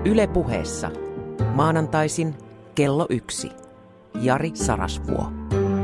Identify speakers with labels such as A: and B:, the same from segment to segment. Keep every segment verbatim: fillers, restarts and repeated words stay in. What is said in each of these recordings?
A: Yle Puheessa. Maanantaisin kello yksi. Jari Sarasvuo.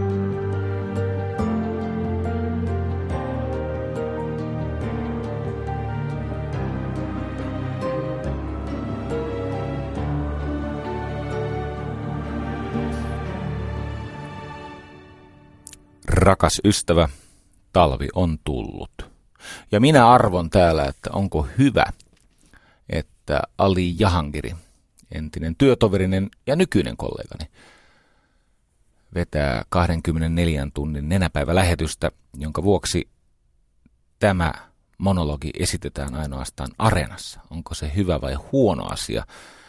B: Rakas ystävä, talvi on tullut. Ja minä arvon täällä, että onko hyvä, että Ali Jahangiri, entinen työtoverinen ja nykyinen kollegani, vetää kaksikymmentäneljä tunnin nenäpäivälähetystä, jonka vuoksi tämä monologi esitetään ainoastaan Areenassa. Onko se hyvä vai huono asia?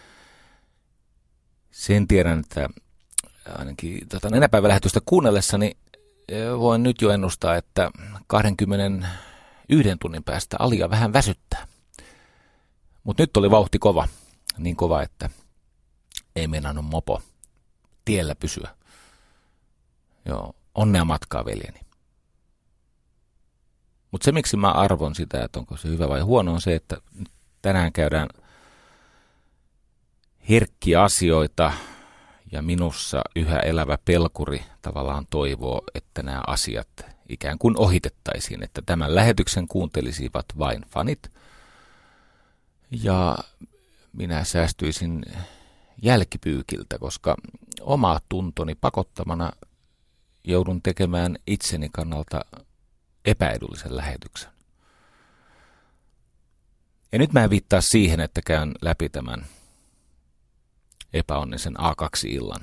B: Sen tiedän, että ainakin tota nenäpäivälähetystä kuunnellessani voin nyt jo ennustaa, että kaksikymmentäyksi tunnin päästä Alia vähän väsyttää. Mutta nyt oli vauhti kova, niin kova, että ei meinannut mopo tiellä pysyä. Joo, onnea matkaa veljeni. Mutta se, miksi mä arvon sitä, että onko se hyvä vai huono, on se, että tänään käydään herkkiä asioita ja minussa yhä elävä pelkuri tavallaan toivoo, että nämä asiat ikään kuin ohitettaisiin, että tämän lähetyksen kuuntelisivat vain fanit. Ja minä säästyisin jälkipyykiltä, koska oma tuntoni pakottamana joudun tekemään itseni kannalta epäedullisen lähetyksen. Ja nyt mä en viittaa siihen, että käyn läpi tämän epäonnisen A kaksi illan.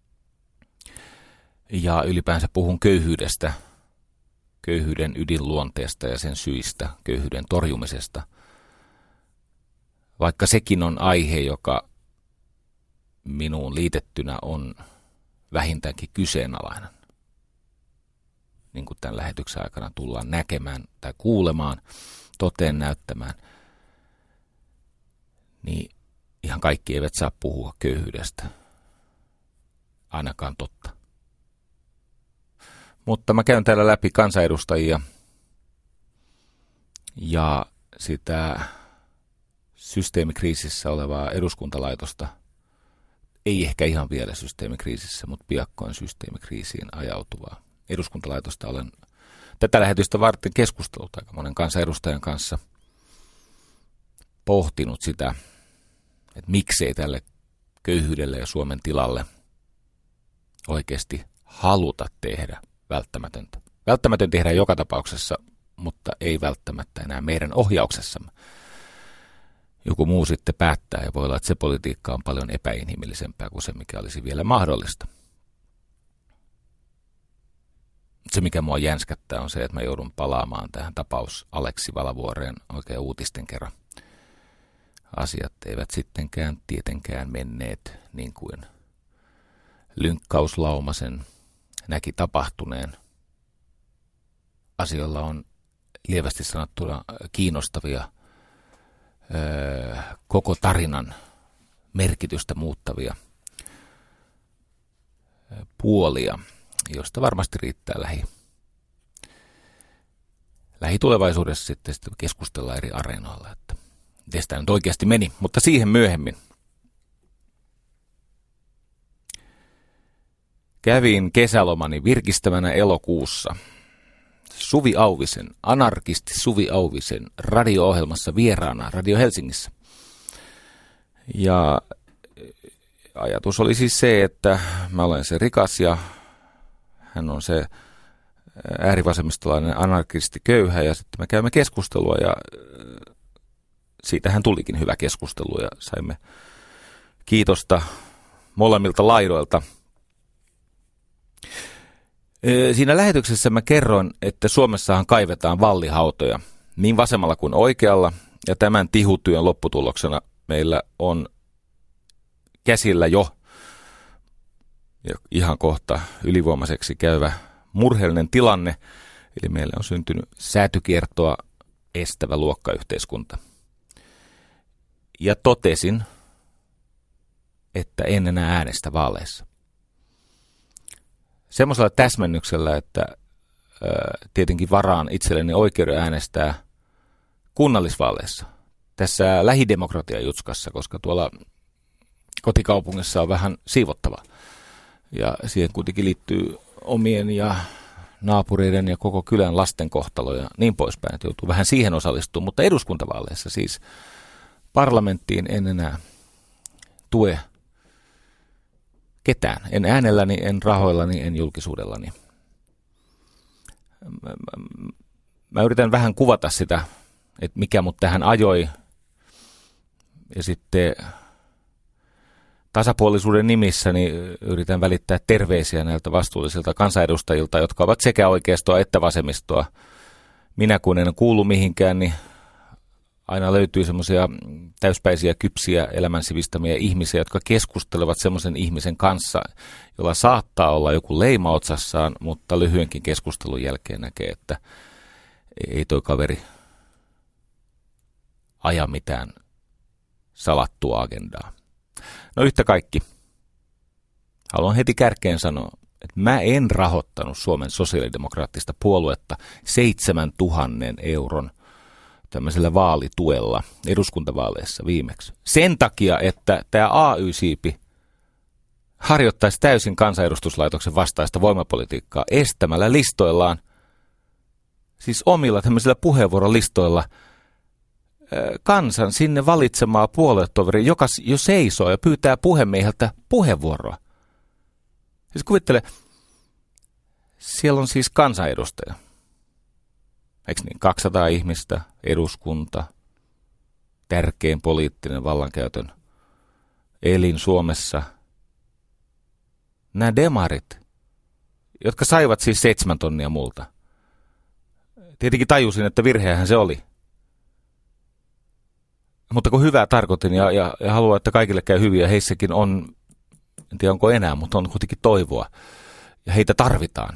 B: Ja ylipäänsä puhun köyhyydestä, köyhyyden ydinluonteesta ja sen syistä, köyhyyden torjumisesta. Vaikka sekin on aihe, joka minuun liitettynä on vähintäänkin kyseenalainen. Niin kuin tämän lähetyksen aikana tullaan näkemään tai kuulemaan, toteen näyttämään, niin ihan kaikki eivät saa puhua köyhyydestä. Ainakaan totta. Mutta mä käyn täällä läpi kansanedustajia ja sitä systeemikriisissä olevaa eduskuntalaitosta. Ei ehkä ihan vielä systeemikriisissä, mutta piakkoin systeemikriisiin ajautuvaa eduskuntalaitosta. Olen tätä lähetystä varten keskustellut aika monen kansanedustajan kanssa, pohtinut sitä, että miksei tälle köyhyydelle ja Suomen tilalle oikeasti haluta tehdä välttämätöntä. Välttämätön tehdään joka tapauksessa, mutta ei välttämättä enää meidän ohjauksessamme. Joku muu sitten päättää ja voi olla, että se politiikka on paljon epäinhimillisempää kuin se, mikä olisi vielä mahdollista. Se, mikä mua jänskättää, on se, että mä joudun palaamaan tähän tapaus Aleksi Valavuoreen oikein uutisten kerran. Asiat eivät sittenkään tietenkään menneet niin kuin lynkkauslaumasen näki tapahtuneen. Asioilla on lievästi sanottuna kiinnostavia, öö, koko tarinan merkitystä muuttavia öö, puolia, josta varmasti riittää lähi. Lähitulevaisuudessa sitten, sitten keskustellaan eri areenoilla, että miten sitä nyt oikeasti meni, mutta siihen myöhemmin. Kävin kesälomani virkistävänä elokuussa Suvi Auvisen, anarkisti Suvi Auvisen radio-ohjelmassa vieraana Radio Helsingissä. Ja ajatus oli siis se, että mä olen se rikas ja hän on se äärivasemmistolainen anarkisti köyhä ja sitten me käymme keskustelua ja siitähän tulikin hyvä keskustelu ja saimme kiitosta molemmilta laidoilta. Siinä lähetyksessä mä kerroin, että Suomessahan kaivetaan vallihautoja niin vasemmalla kuin oikealla, ja tämän tihutyön lopputuloksena meillä on käsillä jo ja ihan kohta ylivoimaiseksi käyvä murheellinen tilanne, eli meillä on syntynyt säätykiertoa estävä luokkayhteiskunta. Ja totesin, että en enää äänestä vaaleissa. Semmoisella täsmennyksellä, että ää, tietenkin varaan itselleni oikeuden äänestää kunnallisvaaleissa tässä lähidemokratia-jutskassa, koska tuolla kotikaupungissa on vähän siivottava. Ja siihen kuitenkin liittyy omien ja naapureiden ja koko kylän lasten kohtalo ja niin poispäin, että joutuu vähän siihen osallistumaan. Mutta eduskuntavaaleissa siis parlamenttiin en enää tue ketään. En äänelläni, en rahoillani, en julkisuudellani. Mä yritän vähän kuvata sitä, että mikä mut tähän ajoi. Ja sitten tasapuolisuuden nimissä niin yritän välittää terveisiä näiltä vastuullisilta kansanedustajilta, jotka ovat sekä oikeistoa että vasemmistoa. Minä kun en kuulu mihinkään, niin aina löytyy semmoisia täyspäisiä, kypsiä, elämän sivistämiä ihmisiä, jotka keskustelevat semmoisen ihmisen kanssa, jolla saattaa olla joku leima otsassaan, mutta lyhyenkin keskustelun jälkeen näkee, että ei toi kaveri aja mitään salattua agendaa. No yhtä kaikki. Haluan heti kärkeen sanoa, että mä en rahoittanut Suomen sosiaalidemokraattista puoluetta seitsemäntuhannen euron tämmöisellä vaalituella eduskuntavaaleissa viimeksi. Sen takia, että tämä A Y-siipi harjoittaisi täysin kansanedustuslaitoksen vastaista voimapolitiikkaa estämällä listoillaan, siis omilla tämmöisillä puheenvuorolistoilla, kansan sinne valitsemaa puoluetoveri, joka jo seisoo ja pyytää puhemieheltä puheenvuoroa. Siis kuvittele, siellä on siis kansanedustaja. Eikö niin? kaksisataa ihmistä, eduskunta, tärkein poliittinen vallankäytön elin Suomessa. Nämä demarit, jotka saivat siis seitsemän tonnia multa. Tietenkin tajusin, että virheähän se oli. Mutta kun hyvää tarkoitin ja, ja, ja haluan, että kaikille käy hyvin ja heissäkin on, en tiedä onko enää, mutta on kuitenkin toivoa. Ja heitä tarvitaan.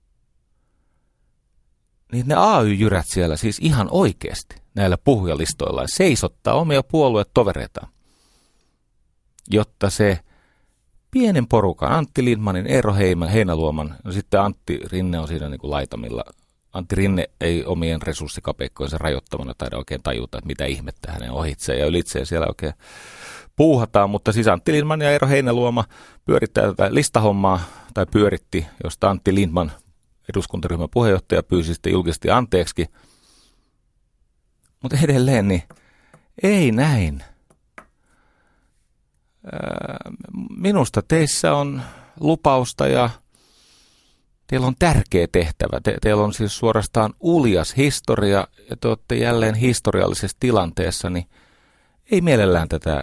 B: Niin ne A Y-jyrät siellä siis ihan oikeasti näillä puhujalistoilla seisottaa omia puoluetovereitaan, jotta se pienen porukan, Antti Lindmanin, Eero Heinäluoman, no sitten Antti Rinne on siinä niin kuin laitamilla. Antti Rinne ei omien resurssikapeikkojensa rajoittamana taida oikein tajuta, että mitä ihmettä hänen ohitsee ja ylitsee siellä oikein puuhataan, mutta siis Antti Lindman ja Eero Heinäluoma pyörittää tätä listahommaa, tai pyöritti, josta Antti Lindman, eduskuntaryhmän puheenjohtaja, pyysi sitten julkisesti anteeksi. Mutta edelleen, niin ei näin. Minusta teissä on lupausta ja teillä on tärkeä tehtävä. Te, teillä on siis suorastaan uljas historia ja te olette jälleen historiallisessa tilanteessa, niin ei mielellään tätä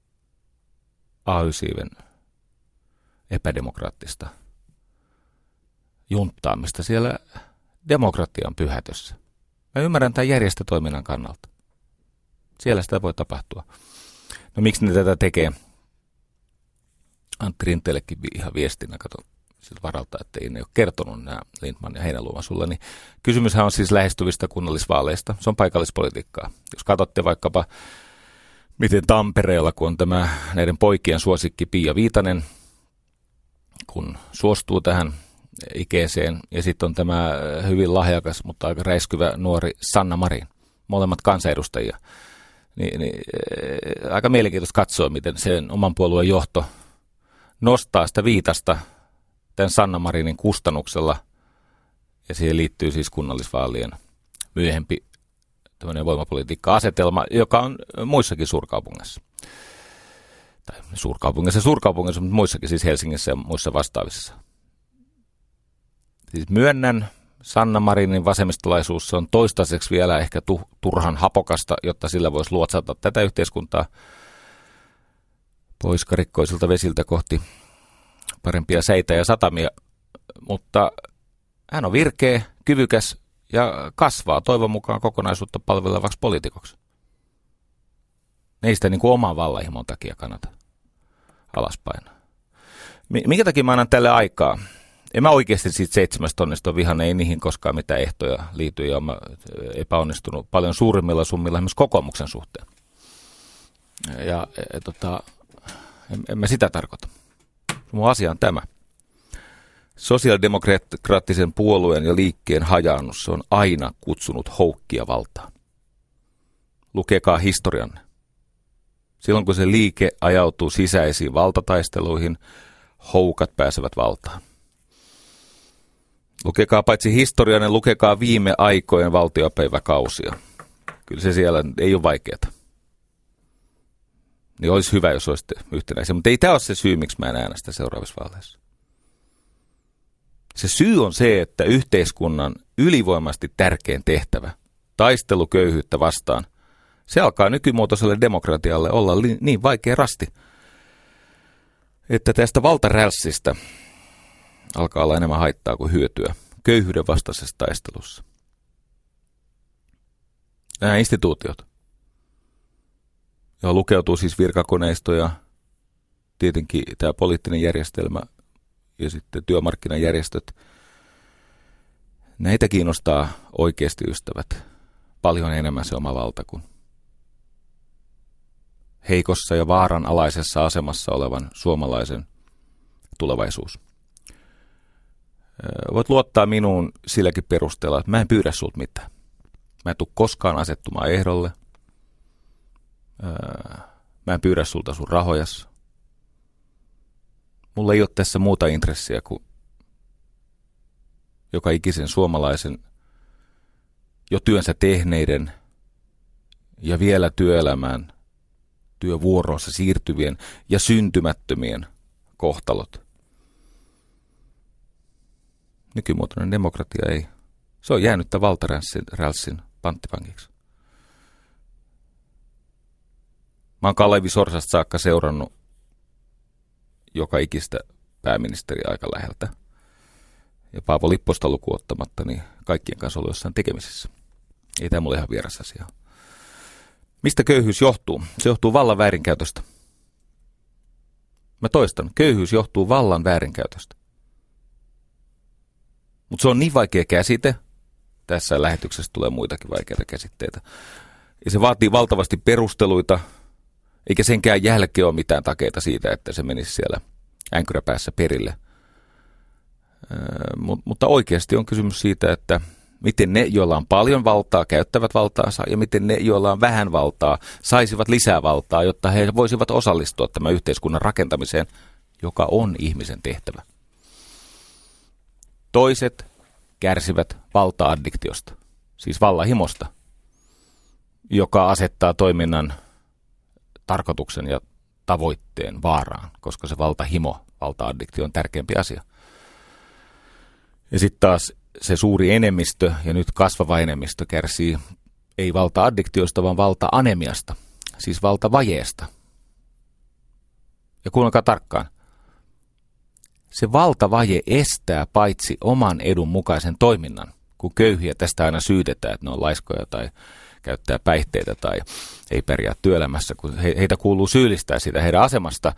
B: A Y-siiven epädemokraattista junttaamista siellä demokratian pyhätössä. Mä ymmärrän tämän järjestötoiminnan kannalta. Siellä sitä voi tapahtua. No miksi ne tätä tekee? Antti Rinteellekin ihan viestinä, kato siltä varalta, että ei ne ole kertonut nämä Lindman ja Heinäluoma sulle. Niin kysymyshän on siis lähestyvistä kunnallisvaaleista. Se on paikallispolitiikkaa. Jos katsotte vaikkapa, miten Tampereella, kun on tämä näiden poikien suosikki Pia Viitanen, kun suostuu tähän ikeeseen, ja sitten on tämä hyvin lahjakas, mutta aika räiskyvä nuori Sanna Marin, molemmat kansanedustajia. Niin, niin, aika mielenkiintoista katsoa, miten sen oman puolueen johto nostaa sitä Viitasta tämän Sanna Marinin kustannuksella, ja siihen liittyy siis kunnallisvaalien myöhempi tämmöinen voimapolitiikka-asetelma, joka on muissakin suurkaupungeissa. Tai suurkaupungissa ja suurkaupungissa, mutta muissakin, siis Helsingissä ja muissa vastaavissa. Siis myönnän, Sanna Marinin vasemmistolaisuus on toistaiseksi vielä ehkä tu- turhan hapokasta, jotta sillä voisi luotsata tätä yhteiskuntaa pois karikkoisilta vesiltä kohti parempia säitä ja satamia. Mutta hän on virkeä, kyvykäs ja kasvaa toivon mukaan kokonaisuutta palvelevaksi poliitikoksi. Ei sitä niin kuin oman vallaihmon takia kannata alaspain. Minkä takia mä annan tälle aikaa? En mä oikeasti siitä seitsemästä tonnista ole vihainen, ei niihin koskaan mitään ehtoja liity, ja olen epäonnistunut paljon suurimmilla summilla esimerkiksi kokoomuksen suhteen. Ja, ja tota, en, en mä sitä tarkoita. Mun asia on tämä. Sosiaalidemokraattisen puolueen ja liikkeen hajaannus on aina kutsunut houkkia valtaan. lukekaa historianne. Silloin kun se liike ajautuu sisäisiin valtataisteluihin, houkat pääsevät valtaan. Lukekaa paitsi historianne, lukekaa viime aikojen valtiopäiväkausia. Kyllä se siellä ei ole vaikeaa. Niin olisi hyvä, jos olisitte yhtenäisiä. Mutta ei tämä ole se syy, miksi mä en äänestä seuraavissa vaaleissa. Se syy on se, että yhteiskunnan ylivoimaisesti tärkein tehtävä, taistelu köyhyyttä vastaan, se alkaa nykymuotoiselle demokratialle olla li- niin vaikea rasti, että tästä valtarälssistä alkaa olla enemmän haittaa kuin hyötyä köyhyyden vastaisessa taistelussa. Nämä instituutiot, johon lukeutuu siis virkakoneisto ja tietenkin tämä poliittinen järjestelmä ja sitten työmarkkinajärjestöt, näitä kiinnostaa oikeasti ystävät paljon enemmän se oma valta kuin heikossa ja vaaranalaisessa asemassa olevan suomalaisen tulevaisuus. Voit luottaa minuun silläkin perusteella, että mä en pyydä sulta mitään. Mä en tule koskaan asettumaan ehdolle. Mä en pyydä sulta sun rahojas. Mulla ei ole tässä muuta intressiä kuin joka ikisen suomalaisen jo työnsä tehneiden ja vielä työelämään, työvuoroonsa siirtyvien ja syntymättömien kohtalot. Nykymuotoinen demokratia ei. Se on jäänyt tämän valtarälssin panttivankiksi. Mä oon Kalevi Sorsasta saakka seurannut joka ikistä pääministeriä aika läheltä. Ja Paavo Lipposta lukuun ottamatta, niin kaikkien kanssa ollut jossain tekemisissä. Ei tämä mulle ihan vieras asia. Mistä köyhyys johtuu? Se johtuu vallan väärinkäytöstä. Mä toistan, köyhyys johtuu vallan väärinkäytöstä. Mutta se on niin vaikea käsite. Tässä lähetyksessä tulee muitakin vaikeita käsitteitä. Ja se vaatii valtavasti perusteluita, eikä senkään jälkeen ole mitään takeita siitä, että se menisi siellä änkyräpäässä perille. Mutta oikeasti on kysymys siitä, että miten ne, joilla on paljon valtaa, käyttävät valtaansa, ja miten ne, joilla on vähän valtaa, saisivat lisää valtaa, jotta he voisivat osallistua tämän yhteiskunnan rakentamiseen, joka on ihmisen tehtävä. Toiset kärsivät valta-addiktiosta, siis vallahimosta, joka asettaa toiminnan tarkoituksen ja tavoitteen vaaraan, koska se valtahimo, valta-addiktio on tärkeämpi asia. Ja sitten taas se suuri enemmistö ja nyt kasvava enemmistö kärsii ei valta-addiktiosta, vaan valta-anemiasta, siis valtavajeesta. Ja kuunnelkaa tarkkaan. Se valtavaje estää paitsi oman edun mukaisen toiminnan, kun köyhiä tästä aina syytetään, että ne on laiskoja tai käyttää päihteitä tai ei pärjää työelämässä, kun he, heitä kuuluu syyllistää sitä heidän asemasta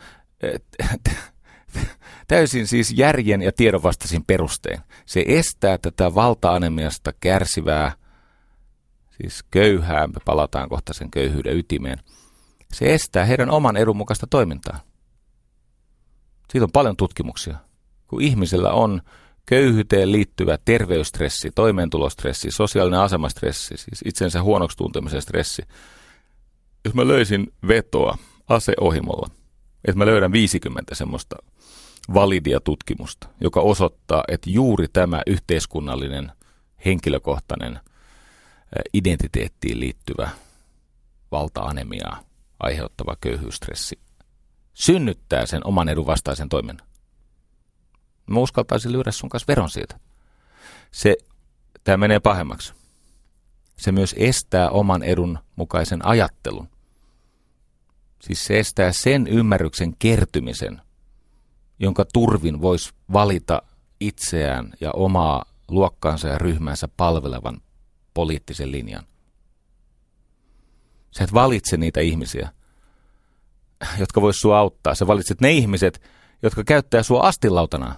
B: täysin siis järjen ja tiedonvastaisin perustein. Se estää tätä valta-anemiasta kärsivää, siis köyhää, me palataan kohta sen köyhyyden ytimeen. Se estää heidän oman edun mukaista toimintaa. Siitä on paljon tutkimuksia. Kun ihmisellä on köyhyyteen liittyvä terveysstressi, toimeentulostressi, sosiaalinen asemastressi, siis itsensä huonoksi tuntemisen stressi. Jos mä löysin vetoa aseohimolla, että mä löydän viisikymmentä semmoista validia tutkimusta, joka osoittaa, että juuri tämä yhteiskunnallinen, henkilökohtainen, identiteettiin liittyvä valta-anemiaa aiheuttava köyhyysstressi synnyttää sen oman edun vastaisen toiminnan. Mä uskaltaisin lyödä sun kanssa veron siitä. Se, tämä menee pahemmaksi. Se myös estää oman edun mukaisen ajattelun. Siis se estää sen ymmärryksen kertymisen, jonka turvin voisi valita itseään ja omaa luokkaansa ja ryhmänsä palvelevan poliittisen linjan. Sä et valitse niitä ihmisiä, jotka vois sua auttaa. Sä valitset ne ihmiset, jotka käyttää sua astinlautana.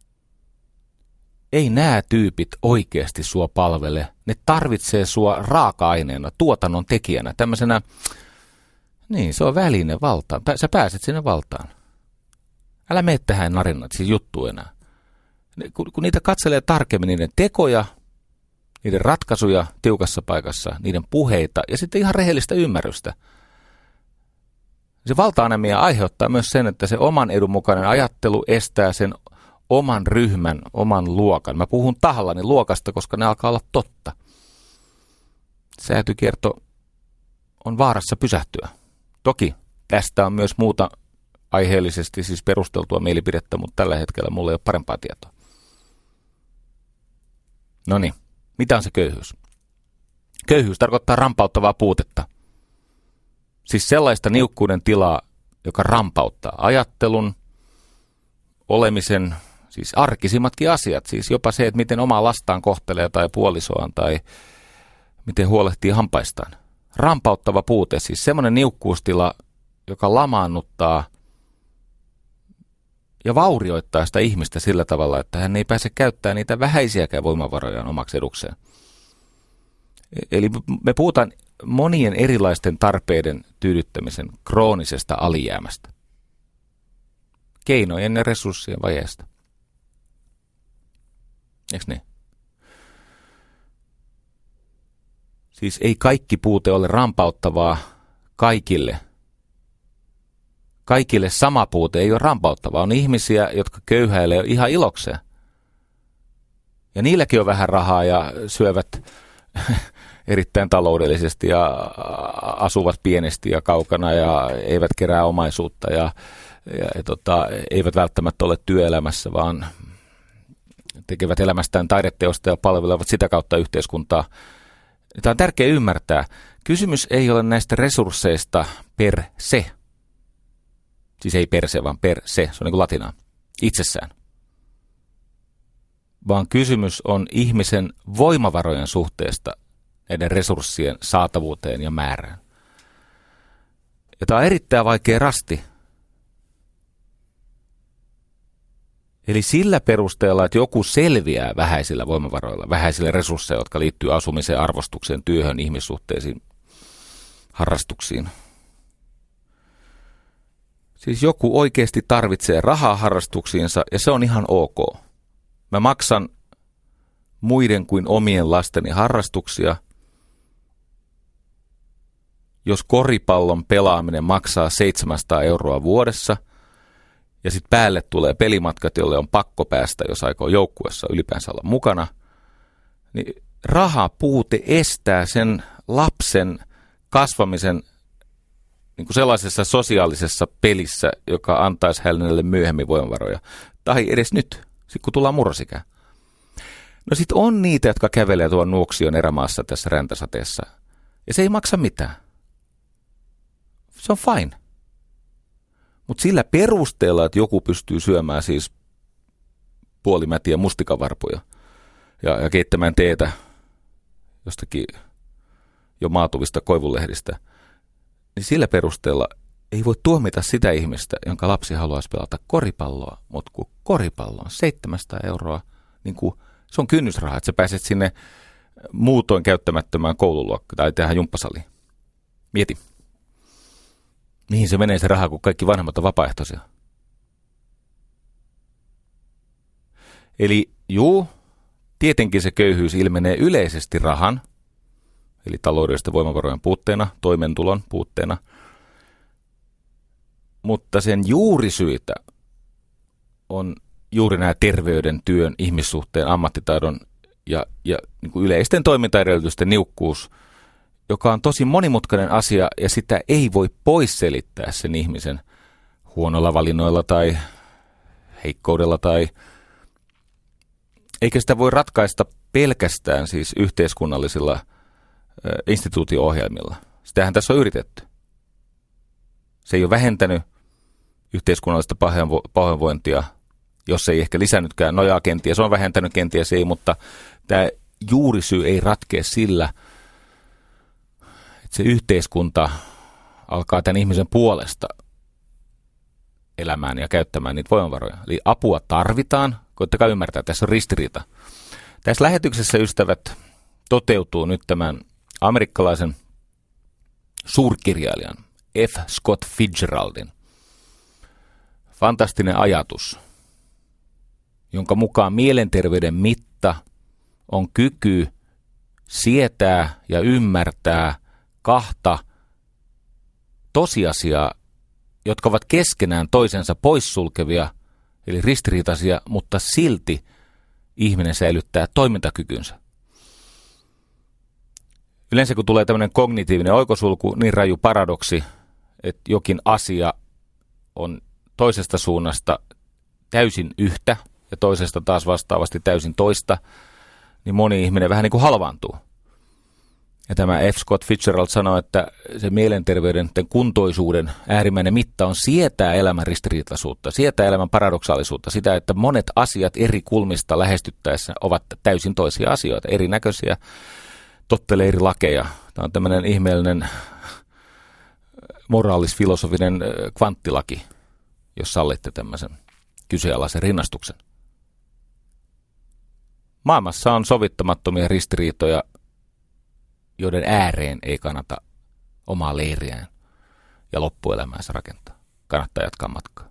B: Ei nämä tyypit oikeasti sua palvele. Ne tarvitsee sua raaka-aineena, tuotannon tekijänä, tämmöisenä, niin se on väline valtaan. Sä pääset sinne valtaan. Älä mene tähän narinat, siis juttu enää. Kun, kun niitä katselee tarkemmin niiden tekoja niiden ratkaisuja tiukassa paikassa, niiden puheita ja sitten ihan rehellistä ymmärrystä. Se valta-anemia aiheuttaa myös sen, että se oman edun mukainen ajattelu estää sen oman ryhmän, oman luokan. Mä puhun tahallani luokasta, koska ne alkaa olla totta. Säätykierto on vaarassa pysähtyä. Toki tästä on myös muuta aiheellisesti siis perusteltua mielipidettä, mutta tällä hetkellä mulla ei ole parempaa tietoa. No niin, mitä on se köyhyys? Köyhyys tarkoittaa rampauttavaa puutetta. Siis sellaista niukkuuden tilaa, joka rampauttaa ajattelun, olemisen, siis arkisimmatkin asiat. Siis jopa se, että miten omaa lastaan kohtelee tai puolisoaan tai miten huolehtii hampaistaan. Rampauttava puute, siis semmoinen niukkuustila, joka lamaannuttaa ja vaurioittaa sitä ihmistä sillä tavalla, että hän ei pääse käyttämään niitä vähäisiäkään voimavarojaan omaksi edukseen. Eli me puhutaan monien erilaisten tarpeiden tyydyttämisen kroonisesta alijäämästä. Keinojen ja resurssien vajeesta. Eikö niin? Siis ei kaikki puute ole rampauttavaa kaikille. Kaikille sama puute ei ole rampauttavaa. On ihmisiä, jotka köyhäilee ihan ilokseen. Ja niilläkin on vähän rahaa ja syövät erittäin taloudellisesti ja asuvat pienesti ja kaukana ja eivät kerää omaisuutta ja, ja, ja tota, eivät välttämättä ole työelämässä, vaan tekevät elämästään taideteosta ja palvelevat sitä kautta yhteiskuntaa. Tämä on tärkeää ymmärtää. Kysymys ei ole näistä resursseista per se. Siis ei per se, vaan per se. Se on niin kuin latinaa. Itsessään. Vaan kysymys on ihmisen voimavarojen suhteesta näiden resurssien saatavuuteen ja määrään. Ja tämä on erittäin vaikea rasti. Eli sillä perusteella, että joku selviää vähäisillä voimavaroilla, vähäisillä resursseilla, jotka liittyy asumiseen, arvostukseen, työhön, ihmissuhteisiin, harrastuksiin. Siis joku oikeasti tarvitsee rahaa harrastuksiinsa ja se on ihan ok. Mä maksan muiden kuin omien lasteni harrastuksia. Jos koripallon pelaaminen maksaa seitsemänsataa euroa vuodessa ja sitten päälle tulee pelimatkat, jolle on pakko päästä, jos aikoo joukkueessa ylipäänsä olla mukana, niin rahapuute estää sen lapsen kasvamisen niin kuin sellaisessa sosiaalisessa pelissä, joka antaisi hänelle myöhemmin voimavaroja. Tai edes nyt, sit kun tullaan murrosikään. No sit on niitä, jotka kävelee tuon Nuoksion erämaassa tässä räntäsateessa. Ja se ei maksa mitään. Se on fine. Mutta sillä perusteella, että joku pystyy syömään siis puolimätiä mustikavarpuja ja, ja keittämään teetä jostakin jo maatuvista koivunlehdistä, niin sillä perusteella ei voi tuomita sitä ihmistä, jonka lapsi haluaisi pelata koripalloa, mutta kun koripallo on seitsemänsataa euroa, niin kuin se on kynnysraha, että sä pääset sinne muutoin käyttämättömään koululuokkaan tai tähän jumppasaliin. Mieti, mihin se menee se raha, kun kaikki vanhemmat on vapaaehtoisia. Eli juu, tietenkin se köyhyys ilmenee yleisesti rahan, eli taloudellisten voimavarojen puutteena, toimeentulon puutteena. Mutta sen juurisyitä on juuri nämä terveyden, työn, ihmissuhteen, ammattitaidon ja, ja niin kuin yleisten toimintaedellytysten niukkuus, joka on tosi monimutkainen asia ja sitä ei voi poisselittää sen ihmisen huonoilla valinnoilla tai heikkoudella tai eikä sitä voi ratkaista pelkästään siis yhteiskunnallisilla instituutio-ohjelmilla. Sitähän tässä on yritetty. Se ei ole vähentänyt yhteiskunnallista pahoinvointia, jos ei ehkä lisännytkään nojaa kenties. Se on vähentänyt kenties ei, mutta tämä juurisyy ei ratkea sillä, että se yhteiskunta alkaa tämän ihmisen puolesta elämään ja käyttämään niitä voimavaroja. Eli apua tarvitaan. Koittakaa ymmärtää, että tässä on ristiriita. Tässä lähetyksessä, ystävät, toteutuu nyt tämän amerikkalaisen suurkirjailijan F. Scott Fitzgeraldin fantastinen ajatus, jonka mukaan mielenterveyden mitta on kyky sietää ja ymmärtää kahta tosiasiaa, jotka ovat keskenään toisensa poissulkevia, eli ristiriitaisia, mutta silti ihminen säilyttää toimintakykynsä. Yleensä kun tulee tämmöinen kognitiivinen oikosulku, niin raju paradoksi, että jokin asia on toisesta suunnasta täysin yhtä ja toisesta taas vastaavasti täysin toista, niin moni ihminen vähän niin kuin halvaantuu. Ja tämä F. Scott Fitzgerald sanoi, että se mielenterveyden kuntoisuuden äärimmäinen mitta on sietää elämän ristiriitaisuutta, sietää elämän paradoksaalisuutta, sitä, että monet asiat eri kulmista lähestyttäessä ovat täysin toisia asioita, erinäköisiä, tottelee eri lakeja. Tämä on tämmöinen ihmeellinen moraalisfilosofinen kvanttilaki, jos sallitte tämmöisen kyseenalaisen rinnastuksen. Maailmassa on sovittamattomia ristiriitoja, joiden ääreen ei kannata omaa leiriään ja loppuelämäänsä rakentaa. Kannattaa jatkaa matkaa.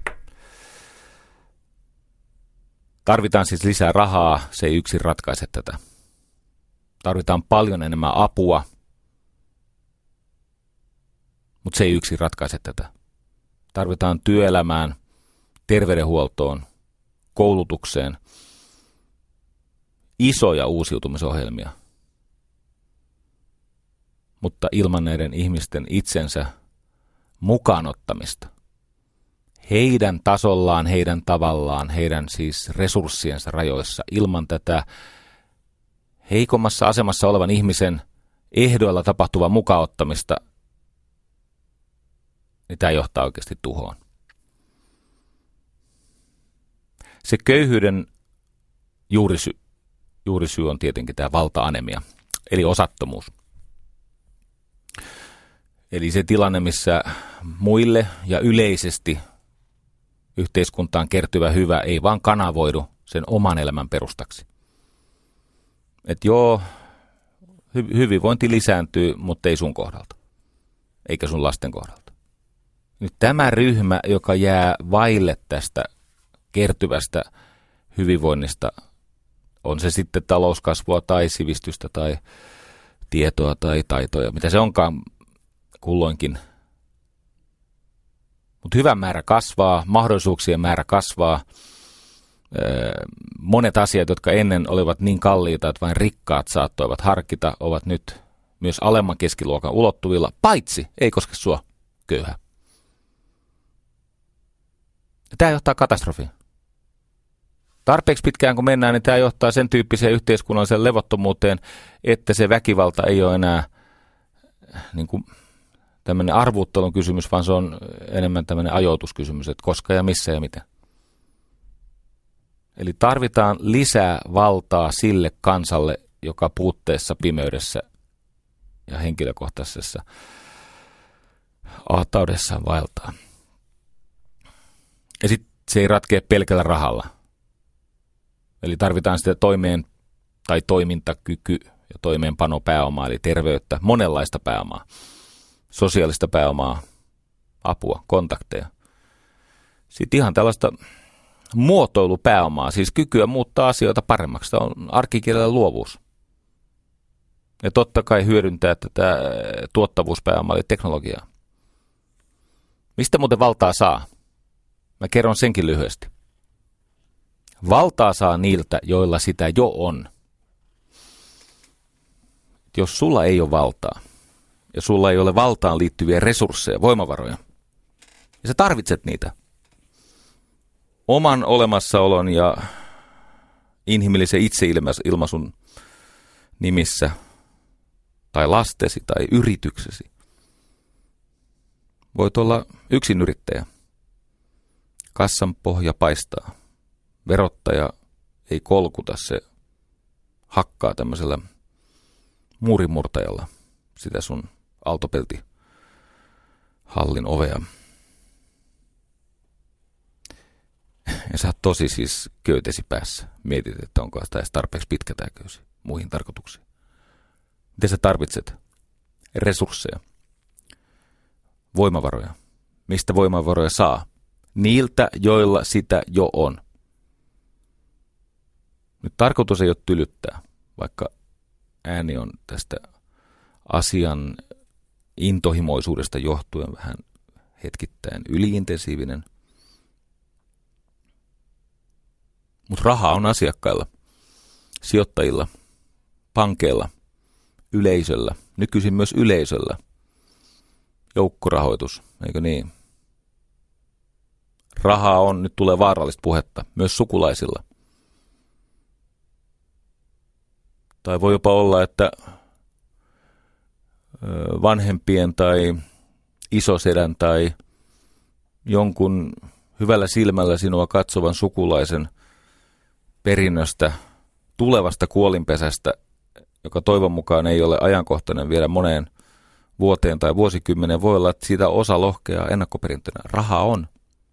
B: Tarvitaan siis lisää rahaa, se ei yksin ratkaise tätä. Tarvitaan paljon enemmän apua, mutta se ei yksin ratkaise tätä. Tarvitaan työelämään, terveydenhuoltoon, koulutukseen, isoja uusiutumisohjelmia. Mutta ilman näiden ihmisten itsensä mukaanottamista, heidän tasollaan, heidän tavallaan, heidän siis resurssiensa rajoissa, ilman tätä heikommassa asemassa olevan ihmisen ehdoilla tapahtuvaa mukaanottamista, niin tämä johtaa oikeasti tuhoon. Se köyhyyden juurisy, juurisyy on tietenkin tämä valta-anemia, eli osattomuus. Eli se tilanne, missä muille ja yleisesti yhteiskuntaan kertyvä hyvä ei vaan kanavoidu sen oman elämän perustaksi. Että joo, hy- hyvinvointi lisääntyy, mutta ei sun kohdalta, eikä sun lasten kohdalta. Nyt tämä ryhmä, joka jää vaille tästä kertyvästä hyvinvoinnista, on se sitten talouskasvua tai sivistystä tai tietoa tai taitoja, mitä se onkaan kulloinkin. Mutta hyvän määrä kasvaa, mahdollisuuksien määrä kasvaa. Monet asiat, jotka ennen olivat niin kalliita, että vain rikkaat saattoivat harkita, ovat nyt myös alemman keskiluokan ulottuvilla, paitsi ei koske sua, köyhä. Tämä johtaa katastrofiin. Tarpeeksi pitkään kun mennään, niin tämä johtaa sen tyyppiseen yhteiskunnalliseen levottomuuteen, että se väkivalta ei ole enää niin kuin tämmöinen arvuuttelun kysymys, vaan se on enemmän tämmöinen ajoituskysymys, että koska ja missä ja miten. Eli tarvitaan lisää valtaa sille kansalle, joka puutteessa, pimeydessä ja henkilökohtaisessa ahtaudessaan vaeltaa. Ja sitten se ei ratkea pelkällä rahalla. Eli tarvitaan sitä toimeen tai toimintakyky ja toimeenpanopääomaa, eli terveyttä, monenlaista pääomaa, sosiaalista pääomaa, apua, kontakteja. Sitten ihan tällaista muotoilupääomaa, siis kykyä muuttaa asioita paremmaksi. Tämä on arkikielellä luovuus. Ja totta kai hyödyntää tätä tuottavuuspääomaa, eli teknologiaa. Mistä muuten valtaa saa? Mä kerron senkin lyhyesti. Valtaa saa niiltä, joilla sitä jo on. Jos sulla ei ole valtaa, ja sulla ei ole valtaan liittyviä resursseja, voimavaroja, ja sä tarvitset niitä oman olemassaolon ja inhimillisen itseilmaisun nimissä, tai lastesi, tai yrityksesi. Voit olla yksinyrittäjä. Kassan pohja paistaa. Verottaja ei kolkuta, se hakkaa tämmöisellä muurinmurtajalla sitä sun autopeltihallin ovea. Ja sä oot tosi siis köytesi päässä. Mietit, että onko tämä tarpeeksi pitkä tämä köysi muihin tarkoituksiin. Miten sä tarvitset? Resursseja. Voimavaroja. Mistä voimavaroja saa? Niiltä, joilla sitä jo on. Nyt tarkoitus ei ole tylyttää, vaikka ääni on tästä asian intohimoisuudesta johtuen vähän hetkittäin yliintensiivinen. Mutta raha on asiakkailla, sijoittajilla, pankeilla, yleisöllä, nykyisin myös yleisöllä. Joukkorahoitus, eikö niin? Rahaa on, nyt tulee vaarallista puhetta, myös sukulaisilla. Tai voi jopa olla, että vanhempien tai isosedän tai jonkun hyvällä silmällä sinua katsovan sukulaisen perinnöstä, tulevasta kuolinpesästä, joka toivon mukaan ei ole ajankohtainen vielä moneen vuoteen tai vuosikymmeneen, voi olla, että siitä osa lohkeaa ennakkoperintönä. Raha on.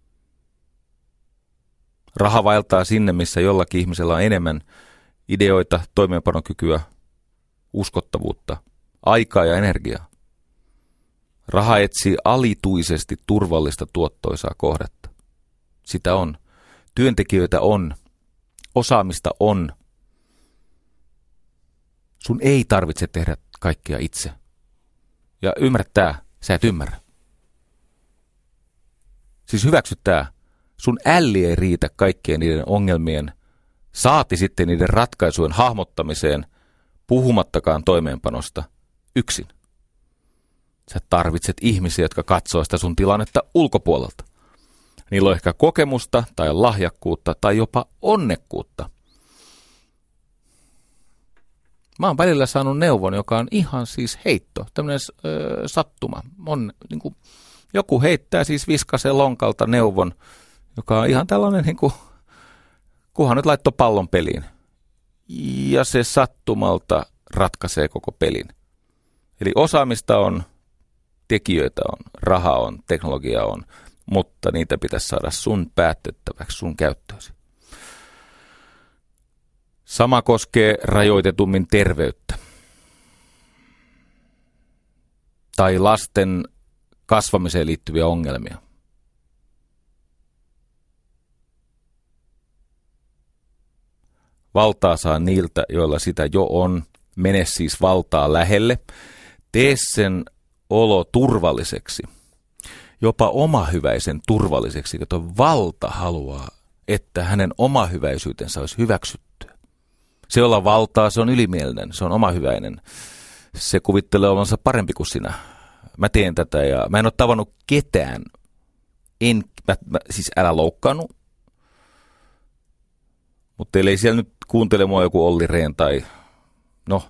B: Raha vaeltaa sinne, missä jollakin ihmisellä on enemmän ideoita, toimeenpanokykyä, uskottavuutta, aikaa ja energiaa. Raha etsii alituisesti turvallista tuottoisaa kohdetta. Sitä on. Työntekijöitä on. Osaamista on. Sun ei tarvitse tehdä kaikkea itse. Ja ymmärtää, sä et ymmärrä. Siis hyväksyttää, sun älli ei riitä kaikkien niiden ongelmien, saati sitten niiden ratkaisujen hahmottamiseen, puhumattakaan toimeenpanosta, yksin. Sä tarvitset ihmisiä, jotka katsoo sitä sun tilannetta ulkopuolelta. Niillä on ehkä kokemusta tai lahjakkuutta tai jopa onnekkuutta. Mä oon välillä saanut neuvon, joka on ihan siis heitto, tämmöinen öö, sattuma. On, niin kuin, joku heittää siis viskaseen lonkalta neuvon, joka on ihan tällainen, niin kuin, kunhan nyt laittoi pallon peliin. Ja se sattumalta ratkaisee koko pelin. Eli osaamista on, tekijöitä on, raha on, teknologia on, mutta niitä pitäisi saada sun päätettäväksi, sun käyttöösi. Sama koskee rajoitetummin terveyttä. Tai lasten kasvamiseen liittyviä ongelmia. Valtaa saa niiltä, joilla sitä jo on. Mene siis valtaa lähelle. Tee sen olo turvalliseksi. Jopa omahyväisen turvalliseksi, jota valta haluaa, että hänen omahyväisyytensä olisi hyväksyttyä. Se, jolla valtaa, se on ylimielinen, se on omahyväinen. Se kuvittelee olevansa parempi kuin sinä. Mä teen tätä ja mä en ole tavannut ketään. En, mä, mä, siis älä loukkaannut. Mutta teille ei siellä nyt kuuntele mua joku Olli Rehn tai no,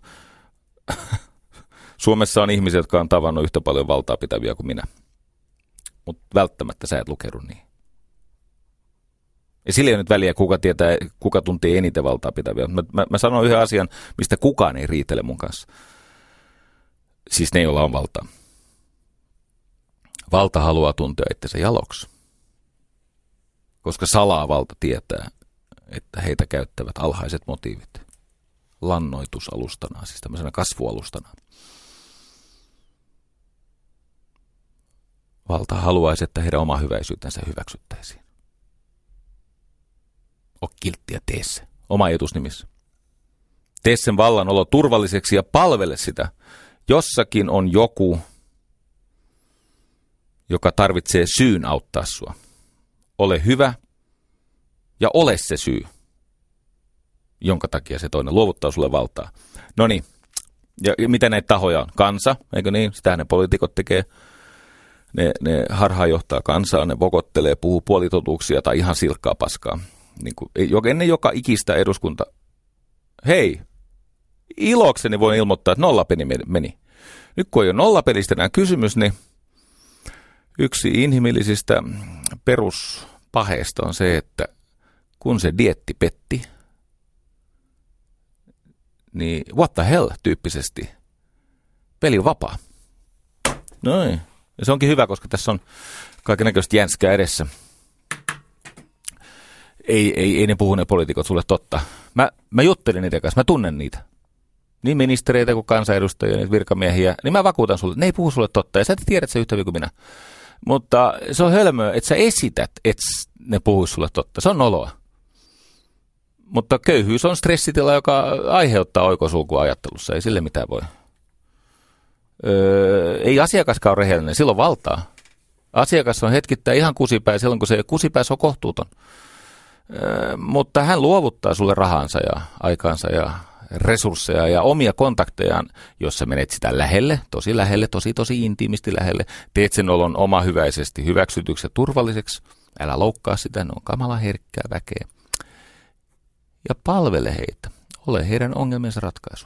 B: Suomessa on ihmisiä, jotka on tavannut yhtä paljon valtaa pitäviä kuin minä. Mutta välttämättä sä et lukenut niin. Ja sillä ei ole nyt väliä, kuka tietää, kuka tuntee eniten valtaa pitäviä. Mä, mä, mä sanon yhden asian, mistä kukaan ei riitele mun kanssa. Siis ne, joilla on valtaa. Valta haluaa tuntea itsensä jaloksi. Koska salaa valta tietää, että heitä käyttävät alhaiset motiivit. Lannoitusalustana, siis tämmöisenä kasvualustana. Valta haluaisi, että heidän oma hyväisyytensä hyväksyttäisiin. O kilttiä, tee se. Oma etusnimissä. Tee sen vallan olo turvalliseksi ja palvele sitä. Jossakin on joku, joka tarvitsee syyn auttaa sua. Ole hyvä ja ole se syy, jonka takia se toinen luovuttaa sulle valtaa. No niin, ja, ja mitä näitä tahoja on? Kansa, eikö niin? Sitähän ne poliitikot tekee. Ne, ne harhaanjohtaa kansaa, ne vokottelee, puhuu puolitotuuksia tai ihan silkkaa paskaa. Niin kuin, ennen joka ikistä eduskunta, hei, ilokseni voin ilmoittaa, että nollapeli meni. Nyt kun ei ole nollapelistä enää kysymys, niin yksi inhimillisistä peruspaheista on se, että kun se dieetti petti, niin what the hell tyyppisesti peli on vapaa. Noin. Ja se onkin hyvä, koska tässä on kaikennäköistä jänskää edessä. Ei, ei, ei ne puhu ne poliitikot sulle totta. Mä, mä juttelin niiden kanssa, mä tunnen niitä. Niin ministereitä kuin kansanedustajia, niitä virkamiehiä. Niin mä vakuutan sulle, ne ei puhu sulle totta. Ja sä et tiedä se yhtä hyvin kuin minä. Mutta se on hölmöä, että sä esität, että ne puhuisi sulle totta. Se on noloa. Mutta köyhyys on stressitila, joka aiheuttaa oikosulkua ajattelussa. Ei sille mitään voi. Öö, ei asiakaskaan ole rehellinen. Silloin valtaa. Asiakas on hetkittäin ihan kusipää silloin, kun se kusipää on kohtuuton. Öö, mutta hän luovuttaa sulle rahansa ja aikaansa ja resursseja ja omia kontaktejaan, jos sä menet sitä lähelle, tosi lähelle, tosi tosi intiimisti lähelle. Teet sen olon oma hyväisesti hyväksytyksi ja turvalliseksi. Älä loukkaa sitä, ne on kamala herkkää väkeä. Ja palvele heitä. Ole heidän ongelmiensa ratkaisu.